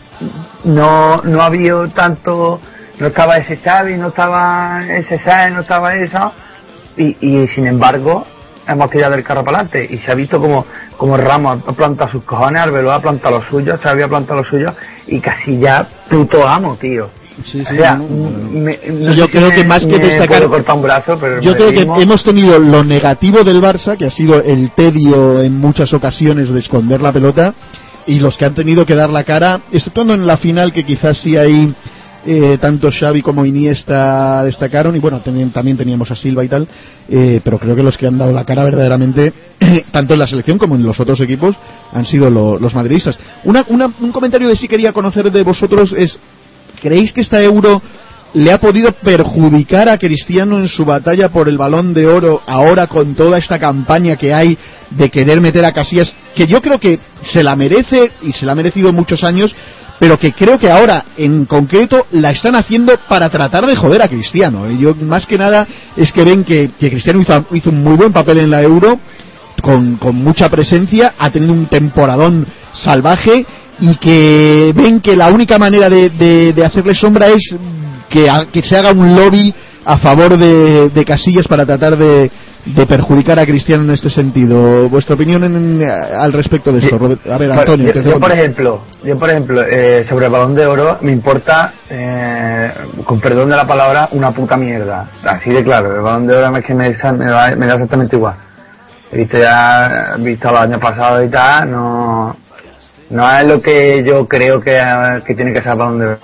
no ha habido tanto, no estaba ese Xavi, no estaba ese Sáenz, no estaba eso, y sin embargo hemos tirado del carro para adelante, y se ha visto como Ramos ha plantado sus cojones, Arbeloa ha plantado los suyos, Xavi ha plantado los suyos, y casi ya puto amo, tío. Sí, o sea, yo creo que más que destacar, cortar un brazo, pero yo creo que hemos tenido lo negativo del Barça, que ha sido el tedio en muchas ocasiones de esconder la pelota, y los que han tenido que dar la cara, exceptuando en la final, que quizás sí hay tanto Xavi como Iniesta destacaron, y bueno, también teníamos a Silva y tal, pero creo que los que han dado la cara verdaderamente tanto en la selección como en los otros equipos han sido los madridistas. Un comentario que sí quería conocer de vosotros es: ¿creéis que esta Euro le ha podido perjudicar a Cristiano en su batalla por el Balón de Oro ahora, con toda esta campaña que hay de querer meter a Casillas, que yo creo que se la merece y se la ha merecido muchos años, pero que creo que ahora en concreto la están haciendo para tratar de joder a Cristiano? Yo más que nada es que ven que Cristiano hizo un muy buen papel en la Euro, con mucha presencia, ha tenido un temporadón salvaje, y que ven que la única manera de hacerle sombra es que se haga un lobby a favor de Casillas para tratar de perjudicar a Cristiano en este sentido. ¿Vuestra opinión al respecto de esto? A ver, Antonio. Yo por ejemplo, sobre el Balón de Oro me importa, con perdón de la palabra, una puta mierda. Así de claro, el Balón de Oro es que me da exactamente igual. He visto el año pasado y tal, no es lo que yo creo que tiene que ser el Balón de Oro.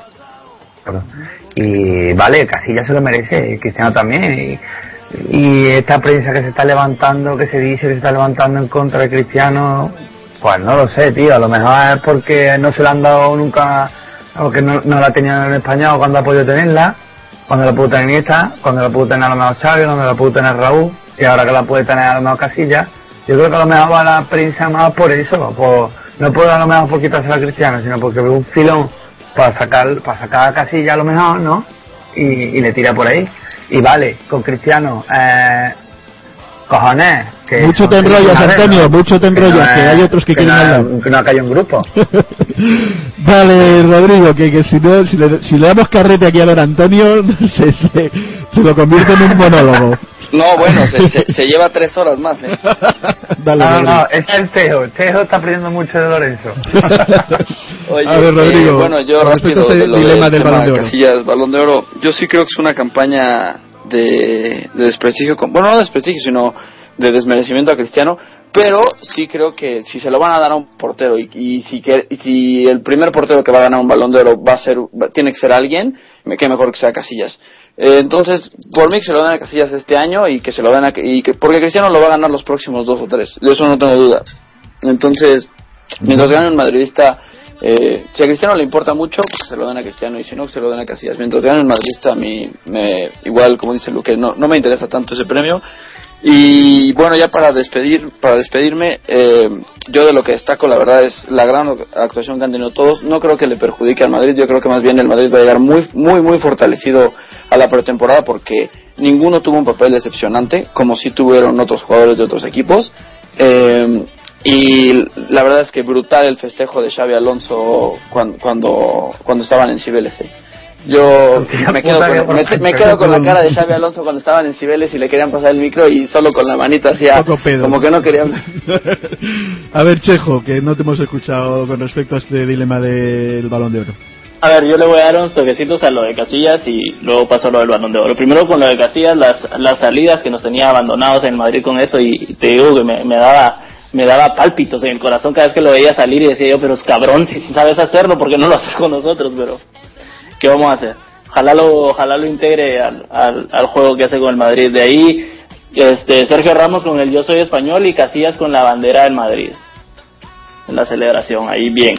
Y vale, Casillas se lo merece, Cristiano también, y esta prensa que se está levantando, que se dice que se está levantando en contra de Cristiano, pues no lo sé, tío, a lo mejor es porque no se la han dado nunca, o que no la tenían en español cuando ha podido tenerla, cuando la pudo tener Iniesta, cuando la pudo tener a lo mejor Xavi, cuando la pudo tener Raúl, y ahora que la puede tener a lo mejor Casillas. Yo creo que a lo mejor va la prensa más por eso, no puedo a lo mejor por quitársela a Cristiano, sino porque ve un filón para sacar a Casillas a lo mejor, ¿no? Y le tira por ahí. Y vale, con Cristiano, cojones. Que mucho te enrollas, Antonio, ¿no? Mucho te enrollas, que hay otros que quieren hablar. Que no haya un grupo. Vale, Rodrigo, que si le damos carrete aquí a don Antonio, se lo convierte en un monólogo. No, bueno, se lleva 3 horas más, Dale, no, es el Tejo está aprendiendo mucho de Lorenzo. Oye, a ver, Rodrigo, bueno, yo rápido de lo dilema del Balón de Oro. Casillas, Balón de Oro, yo sí creo que es una campaña de desprestigio, bueno, no desprestigio, sino de desmerecimiento a Cristiano, pero sí creo que si se lo van a dar a un portero y si el primer portero que va a ganar un Balón de Oro tiene que ser alguien, qué mejor que sea Casillas. Entonces, por mí que se lo den a Casillas este año, y que se lo den porque Cristiano lo va a ganar los próximos 2 o 3, de eso no tengo duda. Entonces, mientras gane un madridista, si a Cristiano le importa mucho, pues se lo den a Cristiano, y si no, que se lo den a Casillas. Mientras gane un madridista, a mí igual, como dice Luque, no me interesa tanto ese premio. Y bueno, ya para despedirme, yo de lo que destaco, la verdad, es la gran actuación que han tenido todos. No creo que le perjudique al Madrid, yo creo que más bien el Madrid va a llegar muy, muy, muy fortalecido a la pretemporada, porque ninguno tuvo un papel decepcionante, como sí tuvieron otros jugadores de otros equipos. Y la verdad es que brutal el festejo de Xabi Alonso cuando estaban en Cibeles. Yo me quedo con la cara de Xabi Alonso cuando estaban en Cibeles y le querían pasar el micro, y solo con la manita hacía como que no quería hablar. A ver, Chejo, que no te hemos escuchado con respecto a este dilema del Balón de Oro. A ver, yo le voy a dar unos toquecitos a lo de Casillas y luego paso a lo del Balón de Oro. Primero con lo de Casillas, las salidas que nos tenía abandonados en Madrid con eso, y te digo que me daba pálpitos en el corazón cada vez que lo veía salir, y decía yo, pero es cabrón, si sabes hacerlo, ¿por qué no lo haces con nosotros? Pero ¿qué vamos a hacer? Ojalá lo integre al juego que hace con el Madrid. De ahí, Sergio Ramos con el Yo Soy Español, y Casillas con la bandera del Madrid. la celebración, ahí bien.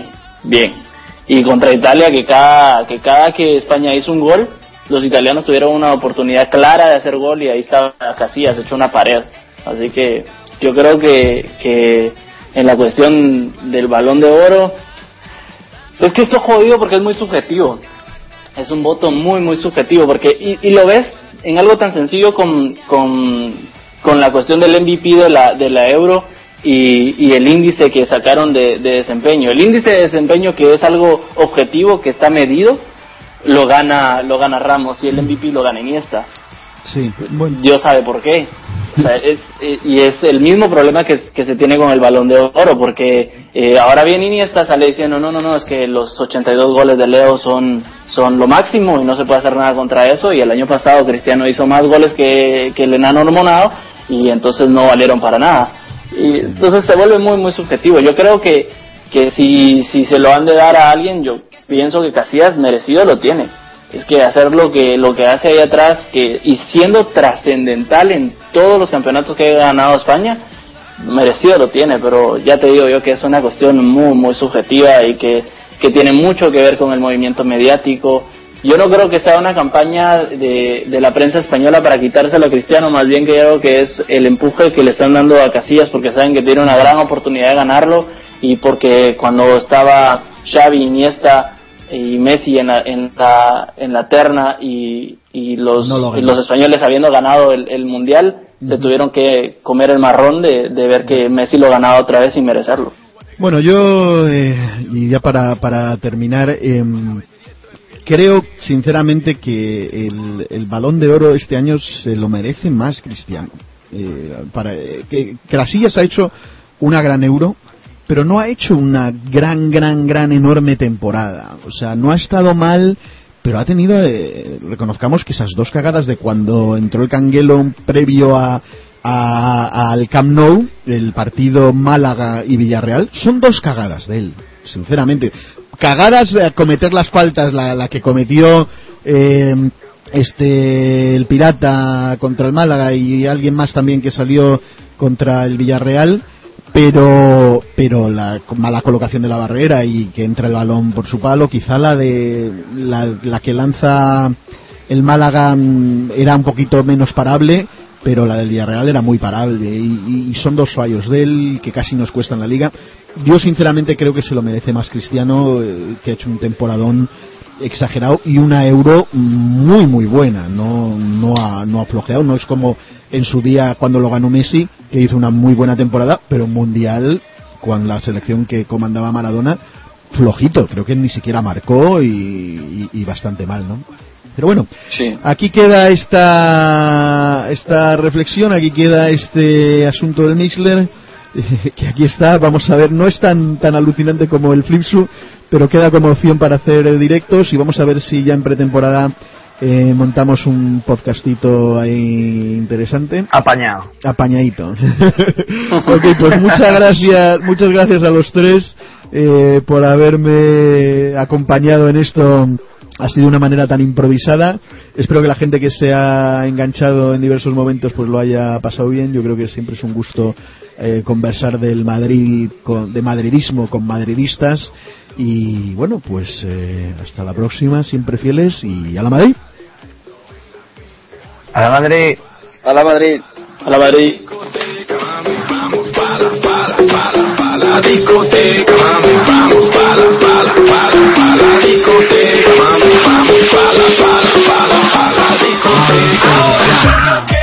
Y contra Italia, que cada que España hizo un gol, los italianos tuvieron una oportunidad clara de hacer gol y ahí estaba Casillas hecho una pared. Así que yo creo que en la cuestión del Balón de Oro, es que esto es jodido porque es muy subjetivo. Es un voto muy, muy subjetivo, porque y lo ves en algo tan sencillo con la cuestión del MVP de la Euro y el índice que sacaron de desempeño. El índice de desempeño, que es algo objetivo, que está medido, lo gana Ramos, y el MVP lo gana Iniesta. Sí, bueno. Dios sabe por qué. O sea, es el mismo problema que se tiene con el Balón de Oro, porque ahora bien Iniesta sale diciendo no, es que los 82 goles de Leo son lo máximo y no se puede hacer nada contra eso, y el año pasado Cristiano hizo más goles que el enano hormonado y entonces no valieron para nada. Y entonces se vuelve muy, muy subjetivo. Yo creo que si se lo han de dar a alguien, yo pienso que Casillas merecido lo tiene. Es que hacer lo que hace ahí atrás, y siendo trascendental en todos los campeonatos que ha ganado España, merecido lo tiene, pero ya te digo yo que es una cuestión muy, muy subjetiva y que tiene mucho que ver con el movimiento mediático. Yo no creo que sea una campaña de la prensa española para quitárselo a Cristiano, más bien que creo que es el empuje que le están dando a Casillas, porque saben que tiene una gran oportunidad de ganarlo, y porque cuando estaba Xavi, Iniesta y Messi en la terna y los españoles habiendo ganado el Mundial, se tuvieron que comer el marrón de ver que Messi lo ganaba otra vez sin merecerlo. Bueno, yo y ya para terminar, creo sinceramente que el Balón de Oro este año se lo merece más Cristiano. Que Casillas ha hecho una gran Euro, pero no ha hecho una gran, enorme temporada. O sea, no ha estado mal, pero ha tenido, reconozcamos que esas dos cagadas de cuando entró el Canguelo previo al Camp Nou, el partido Málaga y Villarreal, son dos cagadas de él, sinceramente. Cagadas de cometer las faltas, la que cometió el Pirata contra el Málaga y alguien más también que salió contra el Villarreal, pero la mala colocación de la barrera y que entra el balón por su palo. Quizá la que lanza el Málaga era un poquito menos parable, pero la del Villarreal era muy parable, y son dos fallos de él que casi nos cuestan la liga. Yo sinceramente creo que se lo merece más Cristiano, que ha hecho un temporadón exagerado y una Euro muy, muy buena. No ha flojeado, no es como en su día cuando lo ganó Messi, que hizo una muy buena temporada, pero un mundial con la selección que comandaba Maradona, flojito, creo que ni siquiera marcó y bastante mal, ¿no? Pero bueno, sí. Aquí queda esta reflexión, aquí queda este asunto del Mixler, que aquí está. Vamos a ver, no es tan alucinante como el Flipsu, pero queda como opción para hacer directos, y vamos a ver si ya en pretemporada montamos un podcastito ahí interesante. Apañadito. Ok, pues muchas gracias a los tres por haberme acompañado en esto. Ha sido una manera tan improvisada. Espero que la gente que se ha enganchado en diversos momentos pues lo haya pasado bien. Yo creo que siempre es un gusto conversar del Madrid, de madridismo con madridistas. Y bueno, pues hasta la próxima, siempre fieles, y a la Madrid. A la Madrid. A la Madrid. A la Madrid. La discoteca, mami, vamos, pala, discoteca, mami, vamos, pala, discoteca.